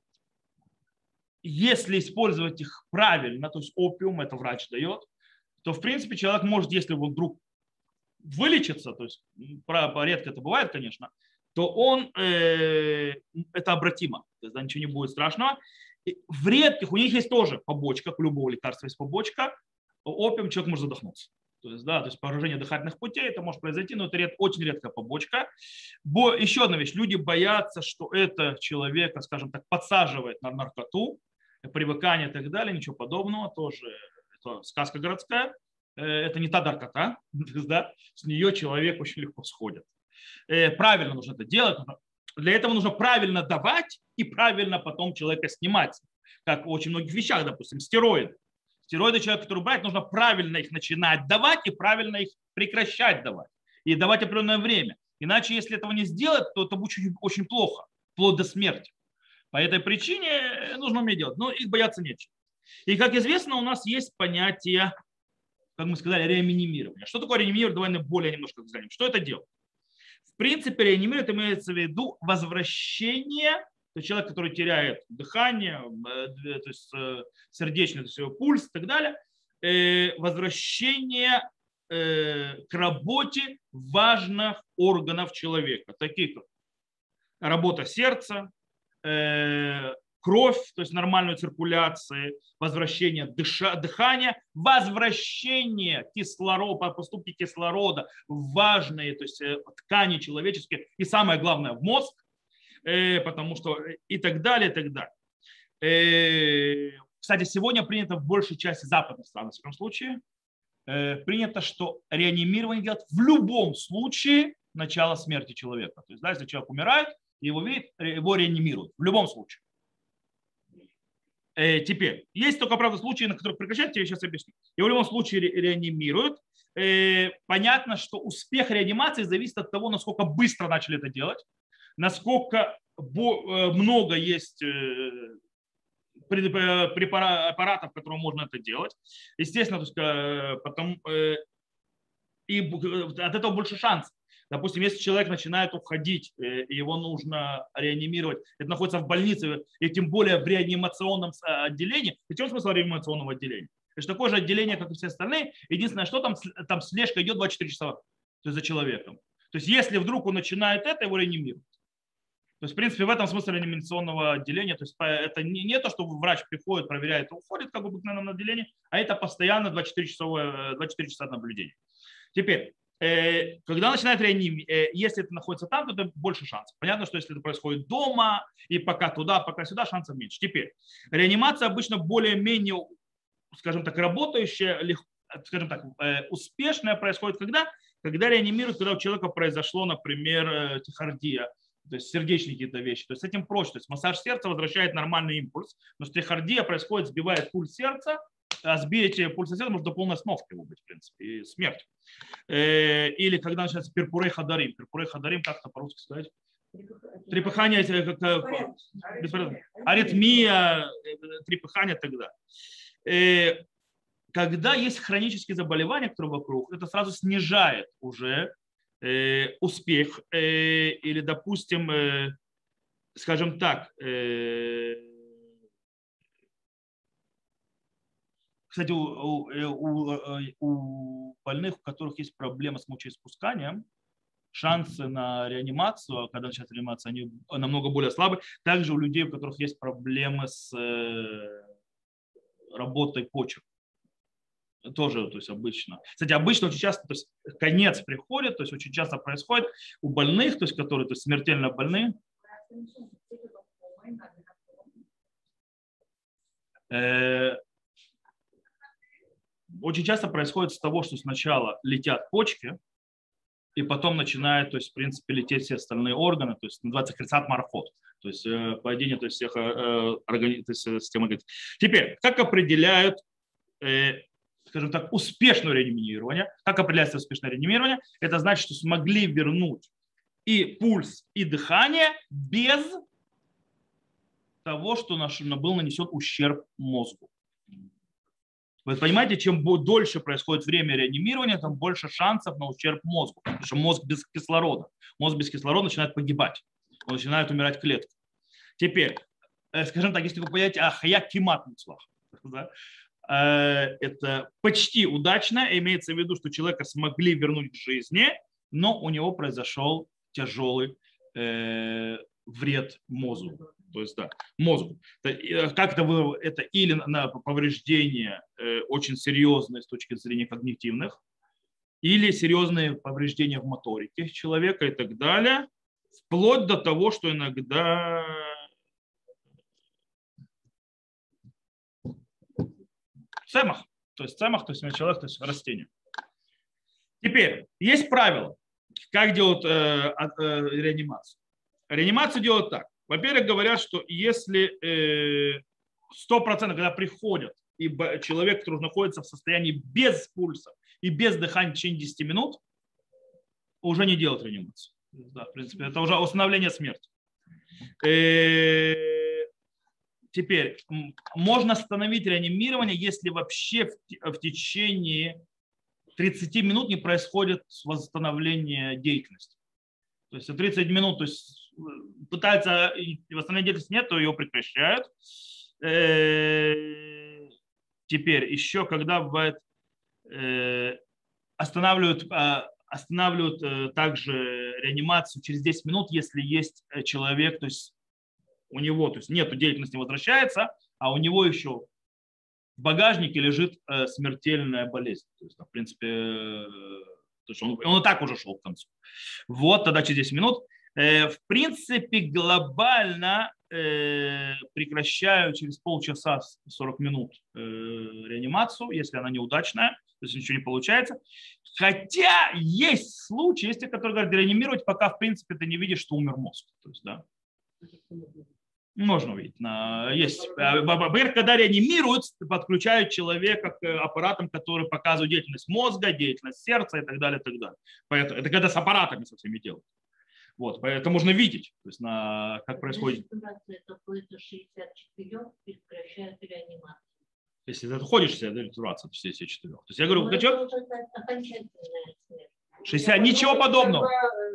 Speaker 1: если использовать их правильно, то есть опиум, это врач дает, то, в принципе, человек может, если он вдруг вылечится, то есть редко это бывает, конечно, то он, это обратимо, то есть да, ничего не будет страшного. И в редких, у них есть тоже побочка, у любого лекарства есть побочка, опиум человек может задохнуться. То есть, да, то есть поражение дыхательных путей, это может произойти, но это очень редкая побочка. Еще одна вещь, люди боятся, что это человека, скажем так, подсаживает на наркоту, привыкание и так далее, ничего подобного, тоже это сказка городская, это не та наркота, да, с нее человек очень легко сходит. Правильно нужно это делать, для этого нужно правильно давать и правильно потом человека снимать, как в очень многих вещах, допустим, стероиды. Стероиды человек, который брать, нужно правильно их начинать давать и правильно их прекращать давать. И давать определенное время. Иначе, если этого не сделать, то это будет очень, очень плохо, вплоть до смерти. По этой причине нужно уметь делать. Но их бояться нечего. И, как известно, у нас есть понятие, как мы сказали, реанимирования. Что такое реанимирование? Давай более немножко взглянем. Что это делает? В принципе, реанимировать имеется в виду возвращение. То есть человек, который теряет дыхание, то есть сердечный, то есть его пульс и так далее, возвращение к работе важных органов человека, таких как работа сердца, кровь, то есть нормальную циркуляцию, возвращение дыхания, возвращение кислорода, поступки кислорода в важные, то есть ткани человеческие и самое главное в мозг, потому что и так далее, и так далее. Кстати, сегодня принято в большей части западных стран, в этом случае, принято, что реанимирование делать в любом случае начало смерти человека. То есть, да, если человек умирает, его видят, его реанимируют. В любом случае. Теперь, есть только, правда, случаи, на которых прекращают, я сейчас объясню. Его в любом случае реанимируют. Понятно, что успех реанимации зависит от того, насколько быстро начали это делать, насколько много есть препаратов, которым можно это делать. Естественно, то есть, потом, и от этого больше шансов. Допустим, если человек начинает уходить, и его нужно реанимировать, это находится в больнице, и тем более в реанимационном отделении. В чем смысл реанимационного отделения? Это же такое же отделение, как и все остальные. Единственное, что там слежка идет 24 часа, то есть за человеком. То есть если вдруг он начинает это, его реанимируют. То есть, в принципе, в этом смысле реанимационного отделения. То есть это не то, что врач приходит, проверяет и уходит, как в обыкновенном отделении, а это постоянно 24 часа наблюдения. Теперь, когда начинает реанимировать, если это находится там, то это больше шансов. Понятно, что если это происходит дома, и пока туда, пока сюда, шансов меньше. Теперь, реанимация обычно более-менее, скажем так, работающая, скажем так, успешная происходит когда реанимируют, когда у человека произошло, например, тахикардия, то есть сердечные какие-то вещи. То есть с этим проще. То есть массаж сердца возвращает нормальный импульс, но тахикардия происходит, сбивает пульс сердца, а сбить пульс сердца может до полной остановки его быть, в принципе, и смерть. Или когда начинается перпурей хадарим. Перпурей хадарим, как это по-русски сказать? Трепыхание, аритмия, трепыхание и так далее. Когда есть хронические заболевания, которые вокруг, это сразу снижает уже успех или, допустим, скажем так, кстати, у больных, у которых есть проблемы с мочеиспусканием, шансы на реанимацию, когда начинается реанимация, они намного более слабы. Также у людей, у которых есть проблемы с работой почек. Тоже, то есть обычно. Кстати, обычно очень часто, то есть конец приходит, то есть очень часто происходит у больных, то есть которые, то есть смертельно больны. Очень часто происходит с того, что сначала летят почки, и потом начинают, то есть, в принципе, лететь все остальные органы, то есть называется хрицат марфот, то есть падение, то есть всех системы. Теперь, как определяют, скажем так, успешное реанимирование? Как определяется успешное реанимирование? Это значит, что смогли вернуть и пульс, и дыхание без того, что был нанесен ущерб мозгу. Вы понимаете, чем дольше происходит время реанимирования, тем больше шансов на ущерб мозгу. Потому что мозг без кислорода. Мозг без кислорода начинает погибать. Он начинает умирать клетки. Теперь, скажем так, если вы понимаете, ахая кимат муцлах, да, это почти удачно. Имеется в виду, что человека смогли вернуть к жизни, но у него произошел тяжелый вред мозгу. То есть, да, мозгу. Как это или на повреждение очень серьезное с точки зрения когнитивных, или серьезные повреждения в моторике человека и так далее, вплоть до того, что иногда цемах, то есть человек, то есть растение. Теперь, есть правило, как делают реанимацию. Реанимацию делают так. Во-первых, говорят, что если 100%, когда приходят, и человек, который находится в состоянии без пульса и без дыхания в течение 10 минут, уже не делают реанимацию. Да, в принципе, это уже установление смерти. Теперь, можно остановить реанимирование, если вообще в течение 30 минут не происходит восстановление деятельности. То есть 30 минут, то есть пытаются восстановить деятельность, нет, то ее прекращают. Теперь еще, когда бывает останавливают также реанимацию через 10 минут, если есть человек, то есть у него, то есть нету деятельности, возвращается, а у него еще в багажнике лежит смертельная болезнь. То есть, в принципе, то есть он и так уже шел к концу. Вот тогда через 10 минут. В принципе, глобально прекращаю через полчаса 40 минут реанимацию, если она неудачная, то есть ничего не получается. Хотя есть случаи, есть те, которые говорят реанимировать, пока в принципе ты не видишь, что умер мозг. То есть, да. Можно увидеть. Есть. Когда реанимируют, подключают человека к аппаратам, которые показывают деятельность мозга, деятельность сердца и так далее, и так далее. Поэтому, это когда с аппаратами со всеми делают. Вот, это можно видеть, то есть как происходит.
Speaker 2: Это 64 прекращают реанимацию.
Speaker 1: Если ты ходишься, это ритуация 64. То есть я говорю,
Speaker 2: окончательная смерть.
Speaker 1: 60, ничего подобного.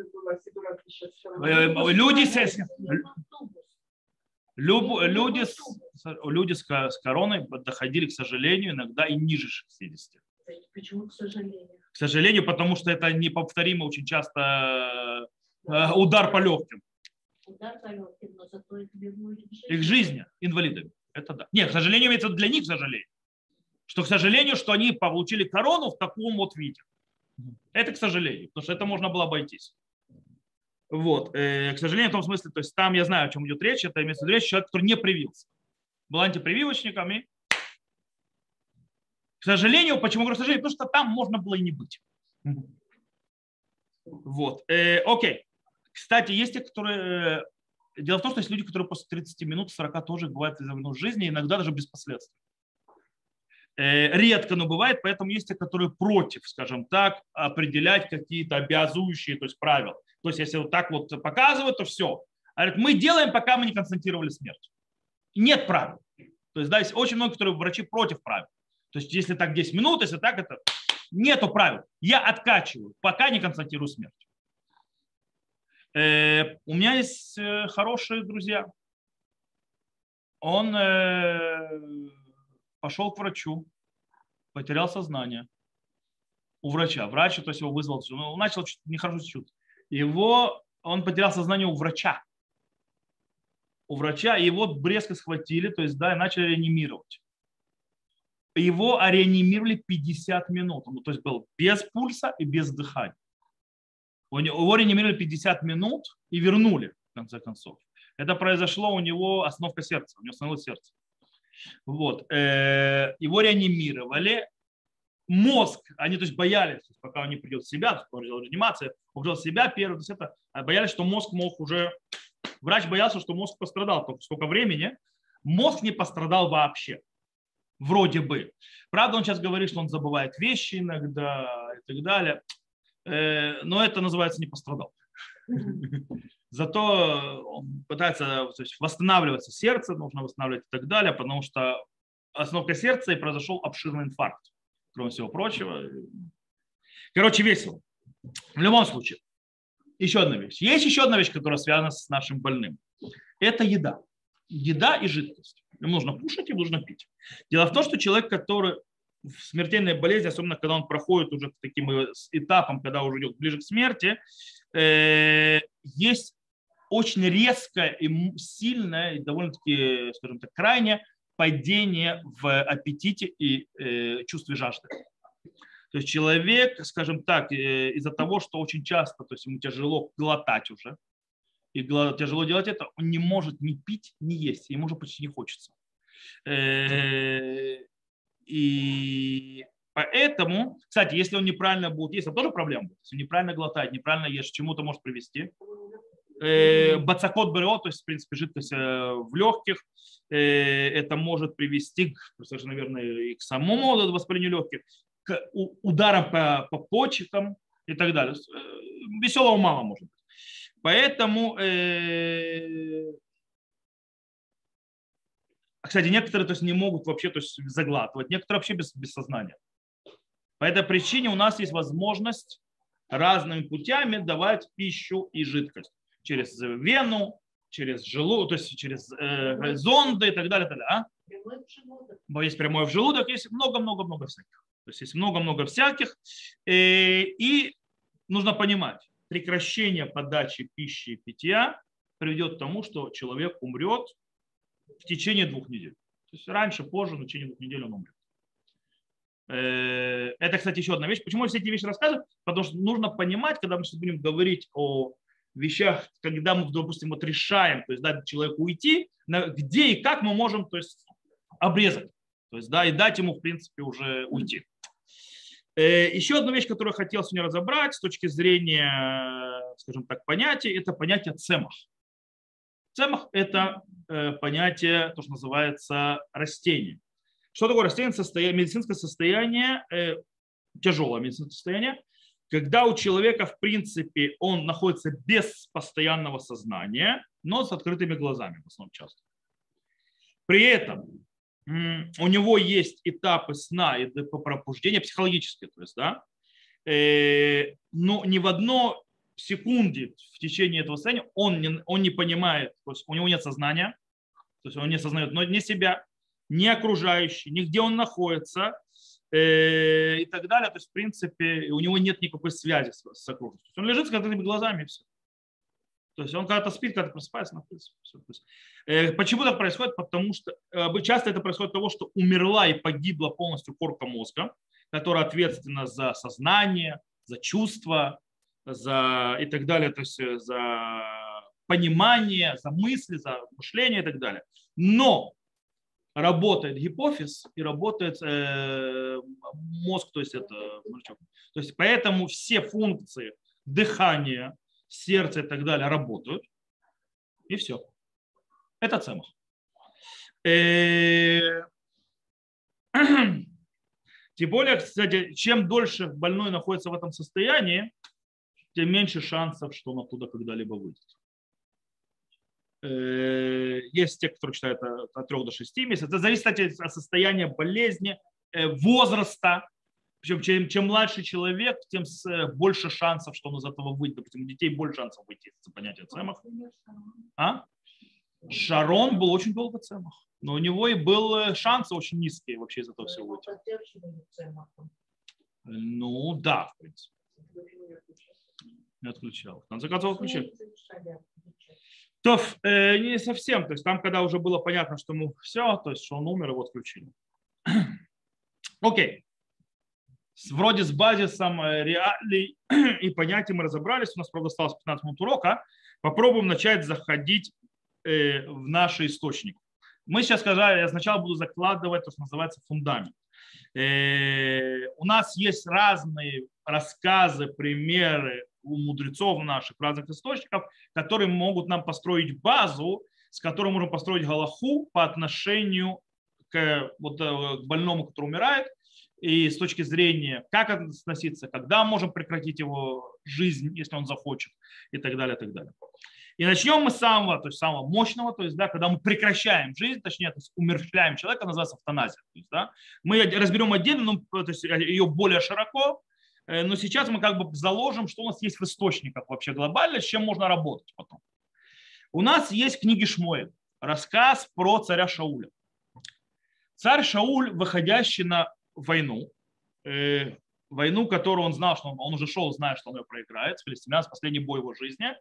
Speaker 1: Люди с короной доходили, к сожалению, иногда и ниже 60.
Speaker 2: Почему, к сожалению?
Speaker 1: К сожалению, потому что это неповторимо очень часто удар по легким.
Speaker 2: Удар по легким, но зато их вернули к жизни.
Speaker 1: Их жизни инвалидами. Это да. Нет, к сожалению, имеется для них, к сожалению. Что, к сожалению, что они получили корону в таком вот виде. Это, к сожалению, потому что это можно было обойтись. Вот. К сожалению, в том смысле, то есть там я знаю, о чем идет речь. Это имеется в виду речь человек, который не привился. Был антипрививочником. И... К сожалению, почему говорю к сожалению? Потому что там можно было и не быть. Вот. Окей. Кстати, есть те, которые... Дело в том, что есть люди, которые после 30 минут, 40 тоже бывает в жизни, иногда даже без последствий. Редко, но бывает, поэтому есть те, которые против, скажем так, определять какие-то обязующие, то есть правила. То есть если вот так вот показывают, то все. Говорят, мы делаем, пока мы не констатировали смерть. Нет правил. То есть да, есть очень много, которые врачи против правил. То есть если так 10 минут, если так, это нету правил. Я откачиваю, пока не констатирую смерть. У меня есть хорошие друзья. Он пошел к врачу, потерял сознание у врача. Врач, то есть его вызвал, он начал нехорошо чувствовать. Он потерял сознание у врача. У врача, и его резко схватили, то есть, да, и начали реанимировать. Его реанимировали 50 минут. Он, то есть, был без пульса и без дыхания. Его реанимировали 50 минут и вернули, в конце концов. Это произошло у него остановка сердца, у него остановилось сердце. Вот. Его реанимировали. Мозг, они то есть боялись, пока он не придет в себя, он делал реанимацию, он придет в себя первый, то есть это боялись, что мозг мог уже, врач боялся, что мозг пострадал, только сколько времени, мозг не пострадал вообще, вроде бы. Правда, он сейчас говорит, что он забывает вещи иногда и так далее, но это называется не пострадал. Зато он пытается то есть, восстанавливаться сердце, нужно восстанавливать и так далее, потому что остановка сердца и произошел обширный инфаркт. Кроме всего прочего. Короче, весело. В любом случае. Еще одна вещь. Есть еще одна вещь, которая связана с нашим больным. Это еда. Еда и жидкость. Им нужно кушать, им нужно пить. Дело в том, что человек, который в смертельной болезни, особенно когда он проходит уже таким этапом, когда уже идет ближе к смерти, есть очень резкое и сильное, и довольно-таки, скажем так, крайне падение в аппетите и чувстве жажды. То есть человек, скажем так, из-за того, что очень часто, то есть ему тяжело глотать уже, и тяжело делать это, он не может ни пить, ни есть, ему уже почти не хочется. И поэтому, кстати, если он неправильно будет есть, это тоже проблема будет. Если он неправильно глотает, неправильно ест, к чему-то может привести. Бацакот БРО, то есть, в принципе, жидкость в легких, это может привести, совершенно верно, и к самому воспалению легких, к ударам по почкам и так далее. Веселого мало может быть. Поэтому, кстати, некоторые то есть, не могут вообще то есть, заглатывать, некоторые вообще без сознания. По этой причине у нас есть возможность разными путями давать пищу и жидкость. Через вену, через желудок, то есть через зонды и так далее.
Speaker 2: Прямой в желудок.
Speaker 1: Есть прямой в желудок, есть много-много-много всяких. То есть есть много-много всяких. И нужно понимать, прекращение подачи пищи и питья приведет к тому, что человек умрет в течение 2 недель. То есть раньше, позже, в течение 2 недель он умрет. Это, кстати, еще одна вещь. Почему я все эти вещи рассказываю? Потому что нужно понимать, когда мы сейчас будем говорить о вещах, когда мы, допустим, вот решаем, то есть дать человеку уйти, где и как мы можем, то есть, обрезать, то есть, да, и дать ему, в принципе, уже уйти. Еще одна вещь, которую я хотел сегодня разобрать с точки зрения, скажем так, понятия, это понятие цемах. Цемах – это понятие, то, что называется растение. Что такое растение? Медицинское состояние, тяжелое медицинское состояние, когда у человека, в принципе, он находится без постоянного сознания, но с открытыми глазами в основном часто. При этом у него есть этапы сна и пробуждения психологические, то есть, да, но ни в одной секунде в течение этого состояния он не понимает, то есть у него нет сознания, то есть он не осознает ни себя, ни окружающий, ни где он находится и так далее. То есть, в принципе, у него нет никакой связи с окружностью. Он лежит с закрытыми глазами и все. То есть он когда-то спит, когда-то просыпается, находится. Почему так происходит? Потому что часто это происходит от того, что умерла и погибла полностью корка мозга, которая ответственна за сознание, за чувства, за и так далее, то есть за понимание, за мысли, за мышление и так далее. Но работает гипофиз и работает мозг, то есть это, то есть поэтому все функции дыхания, сердца и так далее работают, и все. Это цемах. Тем более, кстати, чем дольше больной находится в этом состоянии, тем меньше шансов, что он оттуда когда-либо выйдет. Есть те, которые считают от 3 до 6 месяцев. Это зависит, кстати, от состояния болезни, возраста. Причем чем младше человек, тем больше шансов, что он из этого выйдет. Допустим, у детей больше шансов выйти из понятия цемах. Шарон был очень долго цемах. Но у него и был шансы очень низкие вообще из этого всего выйти. Ну да, в принципе. Не отключал. В конце концов отключил. То не совсем. То есть там, когда уже было понятно, что ему все, то есть что он умер, его отключили. Окей. Вроде с базисом реалий и понятий мы разобрались. У нас, правда, осталось 15 минут урока. Попробуем начать заходить в наши источники. Мы сейчас сказали, я сначала буду закладывать то, что называется фундамент. У нас есть разные рассказы, примеры у мудрецов наших разных источников, которые могут нам построить базу, с которой можем построить галаху по отношению к больному, который умирает, и с точки зрения, как относиться, когда можем прекратить его жизнь, если он захочет, и так далее, и так далее. И начнем мы с самого, то есть самого мощного, то есть, да, когда мы прекращаем жизнь, точнее, то есть умерщвляем человека, называется эвтаназия. То есть, да, мы разберем отдельно, то есть ее более широко, но сейчас мы как бы заложим, что у нас есть в источниках вообще глобально, с чем можно работать потом. У нас есть книги Шмуэль, рассказ про царя Шауля. Царь Шауль, выходящий на войну, войну, которую он знал, что он уже шел, зная, что он ее проиграет, с филистимлянами, последний бой его жизни.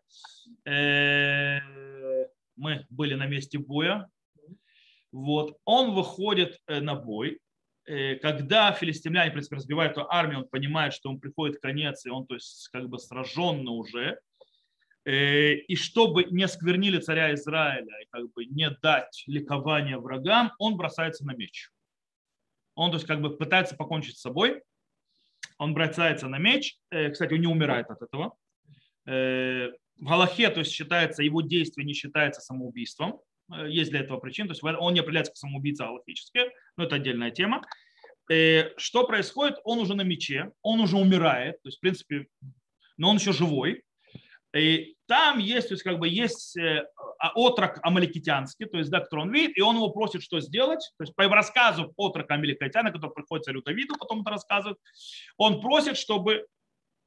Speaker 1: Мы были на месте боя. Вот. Он выходит на бой. Когда филистимляне, в принципе, разбивают эту армию, он понимает, что он приходит конец, и он, то есть, как бы сраженный уже. И чтобы не осквернили царя Израиля, и как бы не дать ликования врагам, он бросается на меч. Он, то есть, как бы пытается покончить с собой. Он бросается на меч. Кстати, он не умирает от этого. В галахе, то есть, считается, его действие не считается самоубийством. Есть для этого причины. То есть он не определяется как самоубийца галахически, но это отдельная тема. Что происходит? Он уже на мече, он уже умирает, то есть, в принципе, но он еще живой. И там есть, то есть, как бы есть отрок амаликитянский, то есть, да, который он видит, и он его просит, что сделать. То есть, по рассказу отрока амаликитяна, который приходит царю Давиду, потом это рассказывает, он просит, чтобы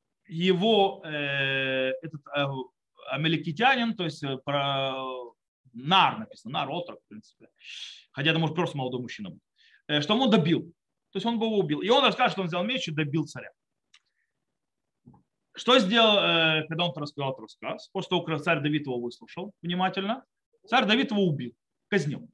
Speaker 1: его этот амаликитянин, то есть, нар написано, нар, отрок, в принципе. Хотя это может просто молодой мужчина быть. Что он добил. То есть он бы его убил. И он расскажет, что он взял меч и добил царя. Что сделал, когда он рассказал этот рассказ? После того, как царь Давид его выслушал внимательно, царь Давид его убил, казнил.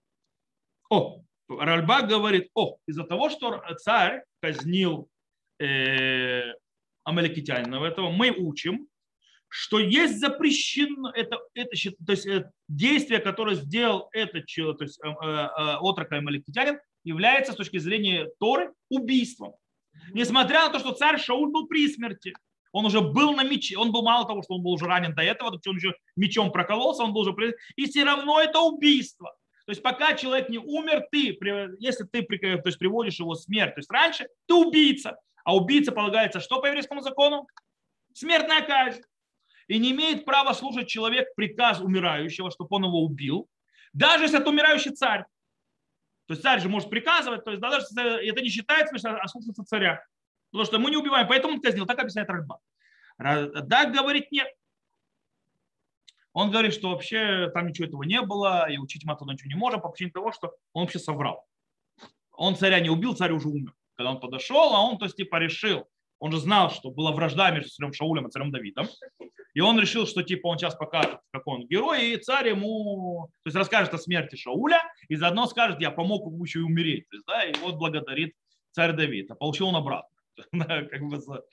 Speaker 1: Ральбак говорит, из-за того, что царь казнил амаликитянина этого, мы учим, что есть запрещено то есть действие, которое сделал этот человек, то есть отрок амаликитянин, является с точки зрения Торы убийством. Несмотря на то, что царь Шауль был при смерти, он уже был на мече, он был мало того, что он был уже ранен до этого, он еще мечом прокололся, он был уже и все равно это убийство. То есть пока человек не умер, если ты то есть, приводишь его в смерть, то есть раньше, ты убийца. А убийца полагается что по еврейскому закону? Смертная казнь. И не имеет права слушать человек приказ умирающего, чтобы он его убил, даже если это умирающий царь. То есть царь же может приказывать, то есть даже это не считается, а слушаться царя. Потому что мы не убиваем, поэтому он казнил. Так объясняет Ральбак. Радак говорит нет. Он говорит, что вообще там ничего этого не было, и учить мы оттуда ничего не можем, по причине того, что он вообще соврал. Он царя не убил, царь уже умер. Когда он подошел, а он то есть типа решил, он же знал, что была вражда между царем Шаулем и царем Давидом. И он решил, что типа он сейчас покажет, какой он герой, и царь ему то есть, расскажет о смерти Шауля, и заодно скажет, я помог ему еще и умереть. То есть, да, и вот благодарит царь Давид. А получил он обратно. Как бы за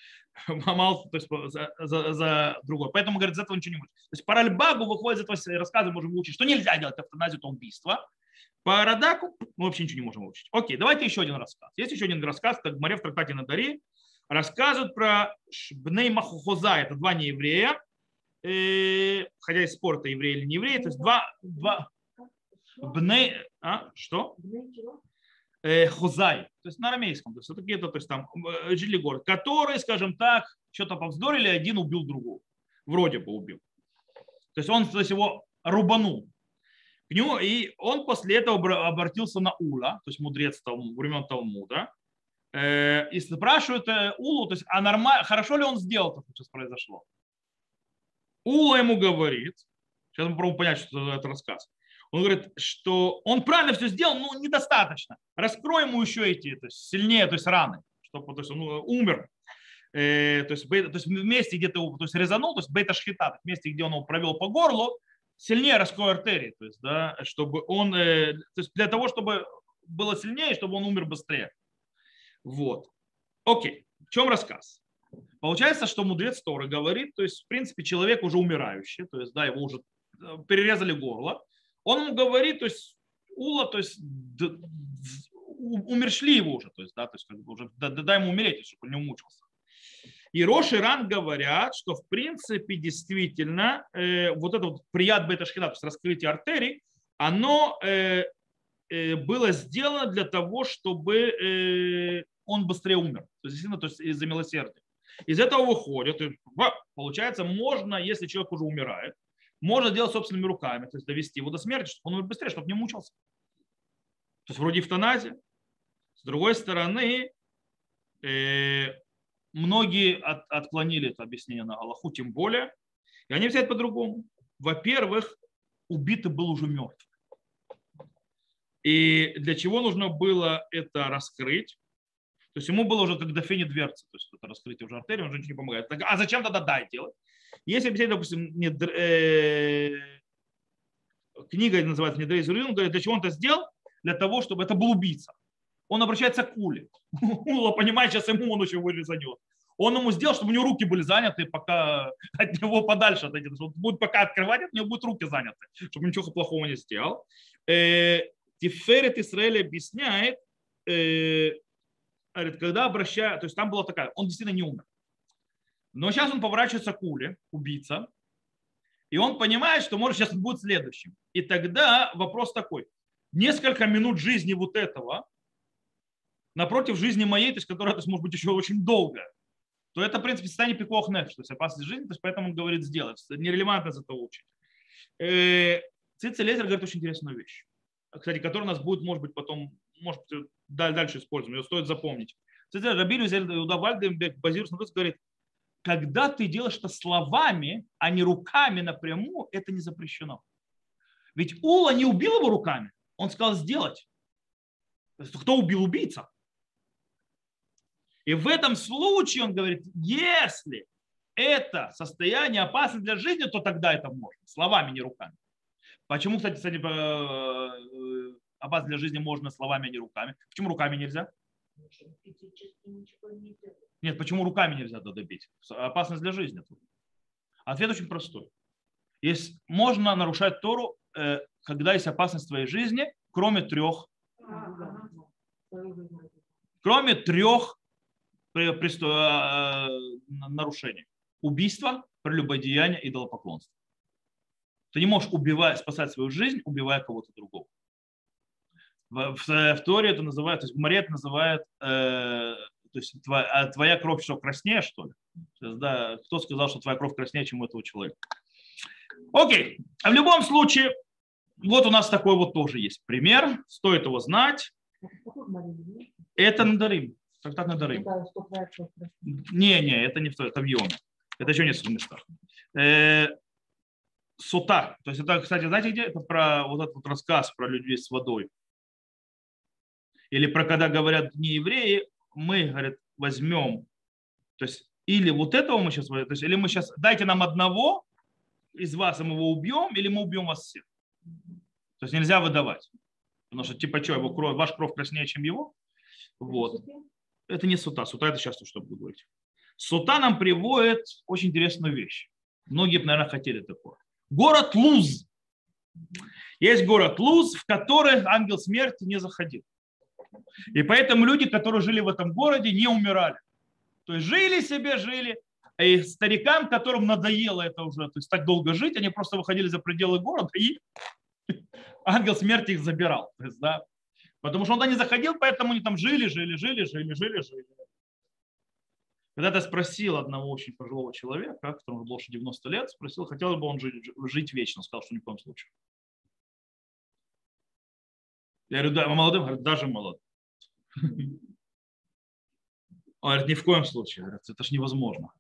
Speaker 1: другое. Поэтому, говорит, из этого ничего не будет. То есть по Ральбагу выходит из этого рассказа, можем выучить, что нельзя делать эвтаназию, это убийство. По Радаку мы вообще ничего не можем выучить. Окей, давайте еще один рассказ. Есть еще один рассказ, как Гмаре в трактате Надари рассказывают про Бней Махохоза. Это два нееврея, хотя есть спор, это евреи или не евреи. То есть два Бней... Что? Хозай, то есть на арамейском, то есть это какие-то, то есть там жили город, которые, скажем так, что-то повздорили, один убил другого, вроде бы убил. То есть он, то есть его рубанул. К нему, и он после этого обратился на Ула, то есть мудрец времен Талмуда, и спрашивает Улу, то есть, хорошо ли он сделал то, что сейчас произошло. Ула ему говорит, сейчас мы попробуем понять, что это рассказ. Он говорит, что он правильно все сделал, но недостаточно. Раскрой ему еще эти, то есть сильнее, то есть раны, чтобы то есть он умер. То есть в месте, где ты его то есть, резанул, то есть бета-шхита, в месте, где он его провел по горлу, сильнее раскрой артерии, то есть, да, чтобы он, то есть для того, чтобы было сильнее, чтобы он умер быстрее. Вот. Окей. В чем рассказ? Получается, что мудрец Торы говорит, то есть, в принципе, человек уже умирающий, то есть, да, его уже перерезали горло. Он ему говорит, то есть Ула, то есть умершли его уже, то есть, да, то есть как бы уже дай ему умереть, чтобы он не умучился. И Рош и Ран говорят, что в принципе действительно вот это вот прият бета-шхина, то есть раскрытие артерий, оно было сделано для того, чтобы он быстрее умер. То есть, действительно, то есть из-за милосердия. Из этого выходит, получается, можно, если человек уже умирает, можно делать собственными руками, то есть довести его до смерти, чтобы он умер быстрее, чтобы не мучился. То есть вроде эвтаназия. С другой стороны, многие отклонили это объяснение на Аллаху, тем более, и они взяли по-другому. Во-первых, убитый был уже мертв. И для чего нужно было это раскрыть? То есть ему было уже как дофине дверцы, то есть это раскрытие уже артерии, он же ничего не помогает. А зачем тогда дай делать? Если объяснить, допустим, книга называется «Недрей Зурин», он говорит, для чего он это сделал? Для того, чтобы это был убийца. Он обращается к Уле. Ула понимает, сейчас ему он еще вырезанет. Он ему сделал, чтобы у него руки были заняты, пока от него подальше отойти. Он будет пока открывать, у него будут руки заняты, чтобы ничего плохого не сделал. Тиферет Исраэль объясняет, когда обращается, то есть там была такая, он действительно не умер. Но сейчас он поворачивается к Уле, убийца, и он понимает, что может сейчас будет следующим. И тогда вопрос такой, несколько минут жизни вот этого напротив жизни моей, то есть, которая то есть, может быть еще очень долго, то это, в принципе, состояние пикох нефиш, то есть опасность жизни, то есть, поэтому он говорит сделать. Нерелевантно за это учить. Цици Лезер говорит очень интересную вещь, кстати, которая у нас будет, может быть, потом, может быть, дальше используем, ее стоит запомнить. Рабби Иуда Вальденберг базируется на том, говорит, когда ты делаешь это словами, а не руками напрямую, это не запрещено. Ведь Ула не убил его руками, он сказал сделать. То есть, кто убил убийца? И в этом случае он говорит, если это состояние опасно для жизни, то тогда это можно. Словами, не руками. Почему, кстати, опасно для жизни можно словами, а не руками? Почему руками нельзя?
Speaker 2: Физически ничего не делает.
Speaker 1: Нет, почему руками нельзя добить? Опасность для жизни. Ответ очень простой. Можно нарушать Тору, когда есть опасность в твоей жизни, кроме трех нарушений. Убийство, прелюбодеяние и идолопоклонство. Ты не можешь спасать свою жизнь, убивая кого-то другого. В Торе это называют, то есть в Гмаре это называют, то есть твоя кровь что, краснее, что ли? Есть, да, кто сказал, что твоя кровь краснее, чем у этого человека? Окей. В любом случае, вот у нас такой вот тоже есть пример. Стоит его знать. Это Надарим. Трактат Надарим. Не, это не в Торе, это в Йоме. Это еще несколько местах. Сута. То есть это, кстати, знаете где? Это про вот этот вот рассказ про людей с водой. Или про когда говорят не евреи, мы, говорят, возьмем, то есть или вот этого мы сейчас, то есть, или мы сейчас, дайте нам одного из вас, и мы его убьем, или мы убьем вас всех. То есть нельзя выдавать. Потому что типа что, его кровь, ваш кровь краснее, чем его. Вот. Это не сута. Сута это сейчас то, что буду говорить. Сута нам приводит очень интересную вещь. Многие, наверное, хотели такое. Город Луз. Есть город Луз, в который ангел смерти не заходил. И поэтому люди, которые жили в этом городе, не умирали. То есть жили себе, жили. И старикам, которым надоело это уже, то есть так долго жить, они просто выходили за пределы города, и ангел смерти их забирал. То есть, да, потому что он туда не заходил, поэтому они там жили. Когда-то спросил одного очень пожилого человека, которому было 90 лет, спросил, хотел бы он жить вечно. Сказал, что ни в коем случае. Я говорю, да, вы молодым? Говорит, даже молодым. Он говорит, ни в коем случае. Говорит, это же невозможно.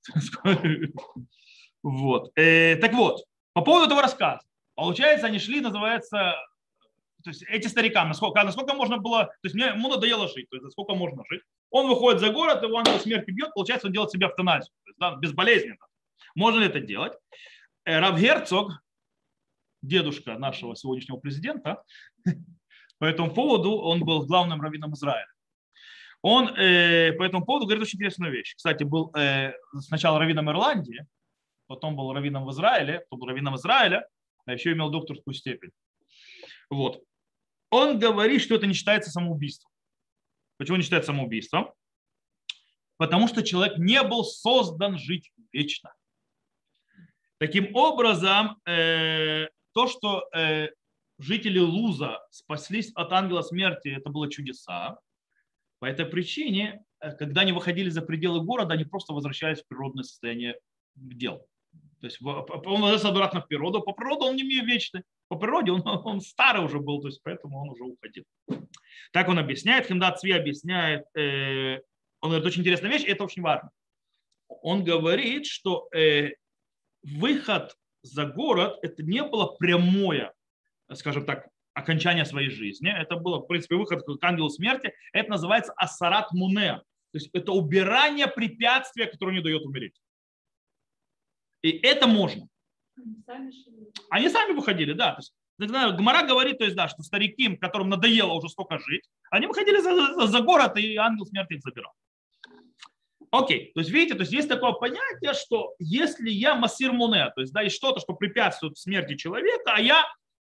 Speaker 1: Вот. Так вот, по поводу этого рассказа. Получается, они шли, называется, то есть эти старикам, насколько можно было, то есть ему надоело жить, то есть сколько можно жить. Он выходит за город, его ангел смерти бьет, получается, он делает себе эвтаназию, то есть, да, безболезненно. Можно ли это делать? Рав Герцог, дедушка нашего сегодняшнего президента, по этому поводу он был главным раввином Израиля. Он по этому поводу говорит очень интересную вещь. Кстати, был сначала раввином Ирландии, потом был раввином в Израиле, потом был раввином Израиля, а еще имел докторскую степень. Вот. Он говорит, что это не считается самоубийством. Почему не считается самоубийством? Потому что человек не был создан жить вечно. Таким образом, то, что жители Луза спаслись от ангела смерти, это было чудеса. По этой причине, когда они выходили за пределы города, они просто возвращались в природное состояние дел. То есть он возвращался обратно в природу. По природе он не вечный. По природе он старый уже был, то есть поэтому он уже уходил. Так он объясняет. Хемдат Цви объясняет. Он говорит, очень интересная вещь, и это очень важно. Он говорит, что выход за город, это не было прямое, скажем так, окончание своей жизни. Это было, в принципе, выход к ангелу смерти. Это называется асарат муне. То есть это убирание препятствия, которое не дает умереть. И это можно. Они сами выходили, да. То есть, Гмара говорит, то есть, да, что старики, которым надоело уже столько жить, они выходили за город, и ангел смерти их забирал. Окей, то есть видите, то есть есть такое понятие, что если я массир муне, то есть да, есть что-то, что препятствует смерти человека, а я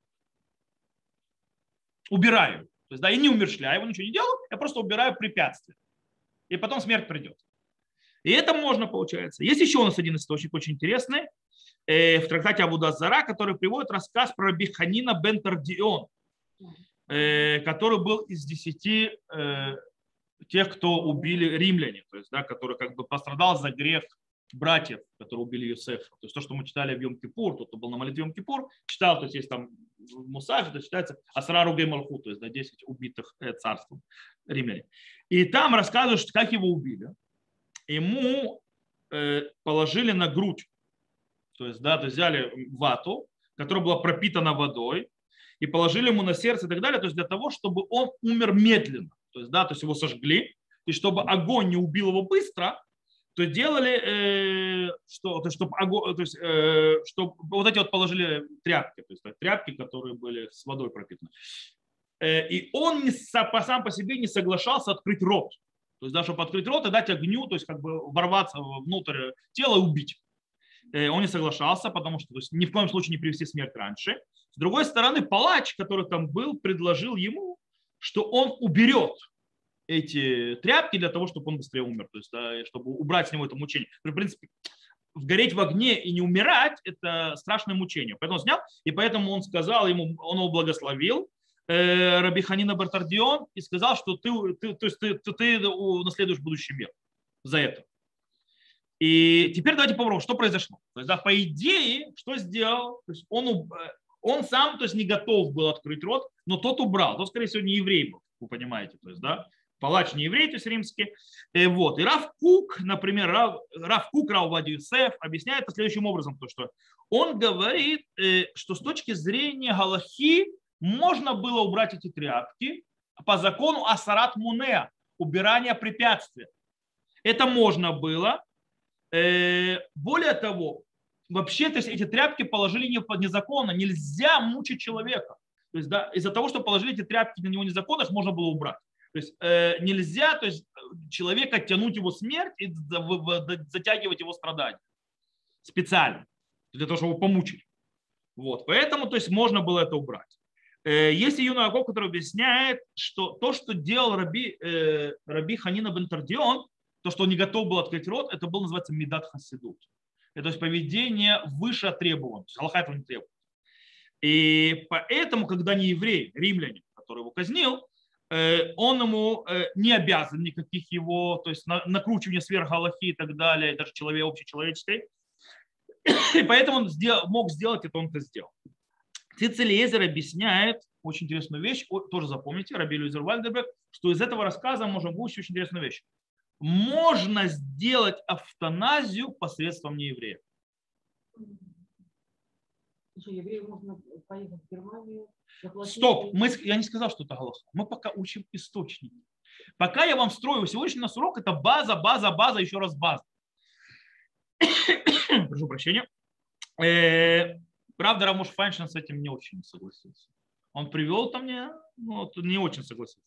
Speaker 1: убираю, то есть да, я не умерщвляю его, ничего не делаю, я просто убираю препятствия, и потом смерть придет. И это можно, получается. Есть еще у нас один источник очень интересный в трактате Авуда Зара, который приводит рассказ про Раби Ханина бен Тардион, который был из 10 тех, кто убили римляне, то есть, да, который как бы пострадал за грех братьев, которые убили Йосефа. То есть то, что мы читали в Йом-Кипур, тот, кто был на молитве Йом-Кипур, читал, то есть есть там в Мусафе, это считается Асра Ругей Малху, то есть да, 10 убитых царством римляне. И там рассказывают, как его убили. Ему положили на грудь, то есть, да, то есть взяли вату, которая была пропитана водой, и положили ему на сердце и так далее, то есть для того, чтобы он умер медленно, то есть, да, то есть его сожгли, и чтобы огонь не убил его быстро, то делали, что, то есть, чтобы, чтобы вот эти вот положили тряпки, то есть тряпки, которые были с водой пропитаны. И он сам по себе не соглашался открыть рот. То есть, да, чтобы открыть рот и дать огню, то есть как бы ворваться внутрь тела и убить. Он не соглашался, потому что то есть, ни в коем случае не привести смерть раньше. С другой стороны, палач, который там был, предложил ему, что он уберет эти тряпки для того, чтобы он быстрее умер, то есть, да, чтобы убрать с него это мучение. В принципе, гореть в огне и не умирать – это страшное мучение. Поэтому он снял, и поэтому он сказал ему, он его благословил, Раби Ханина бен Тардион, и сказал, что ты наследуешь будущий мир за это. И теперь давайте попробуем, что произошло. То есть, да, по идее, что сделал? То есть он сам, то есть, не готов был открыть рот, но тот убрал. Тот, скорее всего, не еврей был, вы понимаете. То есть, да, палач не еврей, то есть римский. Вот. И Рав Кук, например, Рав Кук, Рав Вади Йосеф объясняет это следующим образом, то, что он говорит, что с точки зрения галахи можно было убрать эти тряпки по закону асарат мунеа, убирания препятствия. Это можно было. Более того, вообще, то есть эти тряпки положили незаконно. Нельзя мучить человека. То есть, да, из-за того, что положили эти тряпки на него незаконно, их можно было убрать. То есть нельзя, то есть, человека тянуть его смерть и затягивать его страдания специально для того, чтобы его помучить. Вот. Поэтому, то есть, можно было это убрать. Есть Юна Агов, который объясняет, что то, что делал Раби Ханина бен Тардион, то, что он не готов был открыть рот, это было называется мидат хасидут. Это то есть поведение выше требований. Аллах этого не требует. И поэтому, когда не еврей, римлянин, который его казнил, он ему не обязан никаких его, то есть накручивания сверх галахи и так далее, даже общечеловеческой. И поэтому он мог сделать это, он это сделал. Цици Элиезер объясняет очень интересную вещь, тоже запомните, Раби Элиезер Вальдерберг, что из этого рассказа можно выучить очень интересную вещь. Можно сделать эвтаназию посредством нееврея.
Speaker 2: Еврею можно поехать в Германию.
Speaker 1: Стоп, я не сказал, что это галаха. Мы пока учим источники. Пока я вам строю сегодняшний наш урок, это база, еще раз база. Прошу прощения. Правда, Рамош Файнштейн с этим не очень согласился. Он привел там мне, но не очень согласился.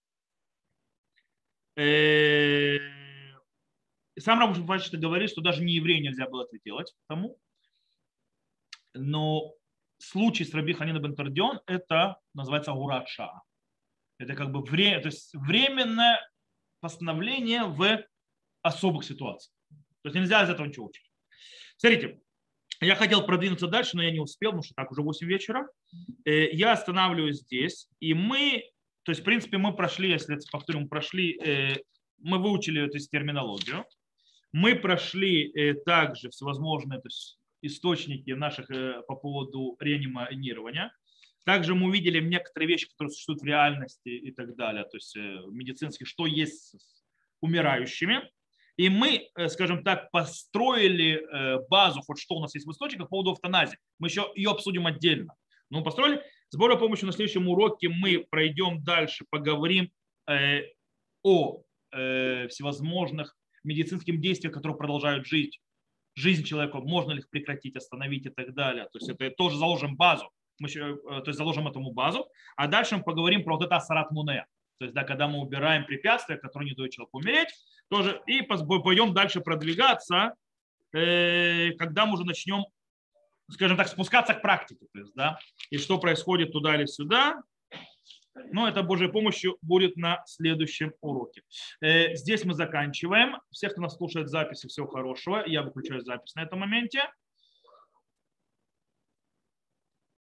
Speaker 1: Сам Рамош Файнштейн говорит, что даже не еврею нельзя было это делать тому. Но случай с Раби Ханина бен Тардион это называется урат шаа. Это как бы то есть временное постановление в особых ситуациях. То есть нельзя из этого ничего учить. Смотрите, я хотел продвинуться дальше, но я не успел, потому что так уже 8 вечера. Я останавливаюсь здесь. И то есть в принципе мы прошли, если повторю, мы выучили то есть, терминологию. Мы прошли также всевозможные то есть, источники наших по поводу реанимирования. Также мы увидели некоторые вещи, которые существуют в реальности и так далее, то есть медицинские, что есть с умирающими. И мы, скажем так, построили базу, хоть что у нас есть в источниках по поводу эвтаназии. Мы еще ее обсудим отдельно. Но мы построили. С Божьей помощью на следующем уроке мы пройдем дальше, поговорим о всевозможных медицинских действиях, которые продолжают жизнь человека, можно ли их прекратить, остановить и так далее. То есть это тоже заложим базу. Мы еще, то есть заложим этому базу. А дальше мы поговорим про вот это асарат мунеа. То есть, да, когда мы убираем препятствия, которые не дают человеку умереть, тоже, и пойдем дальше продвигаться, когда мы уже начнем, скажем так, спускаться к практике. То есть, да, и что происходит туда или сюда. Но это Божьей помощью будет на следующем уроке. Здесь мы заканчиваем. Всех, кто нас слушает записи, всего хорошего. Я выключаю запись на этом моменте.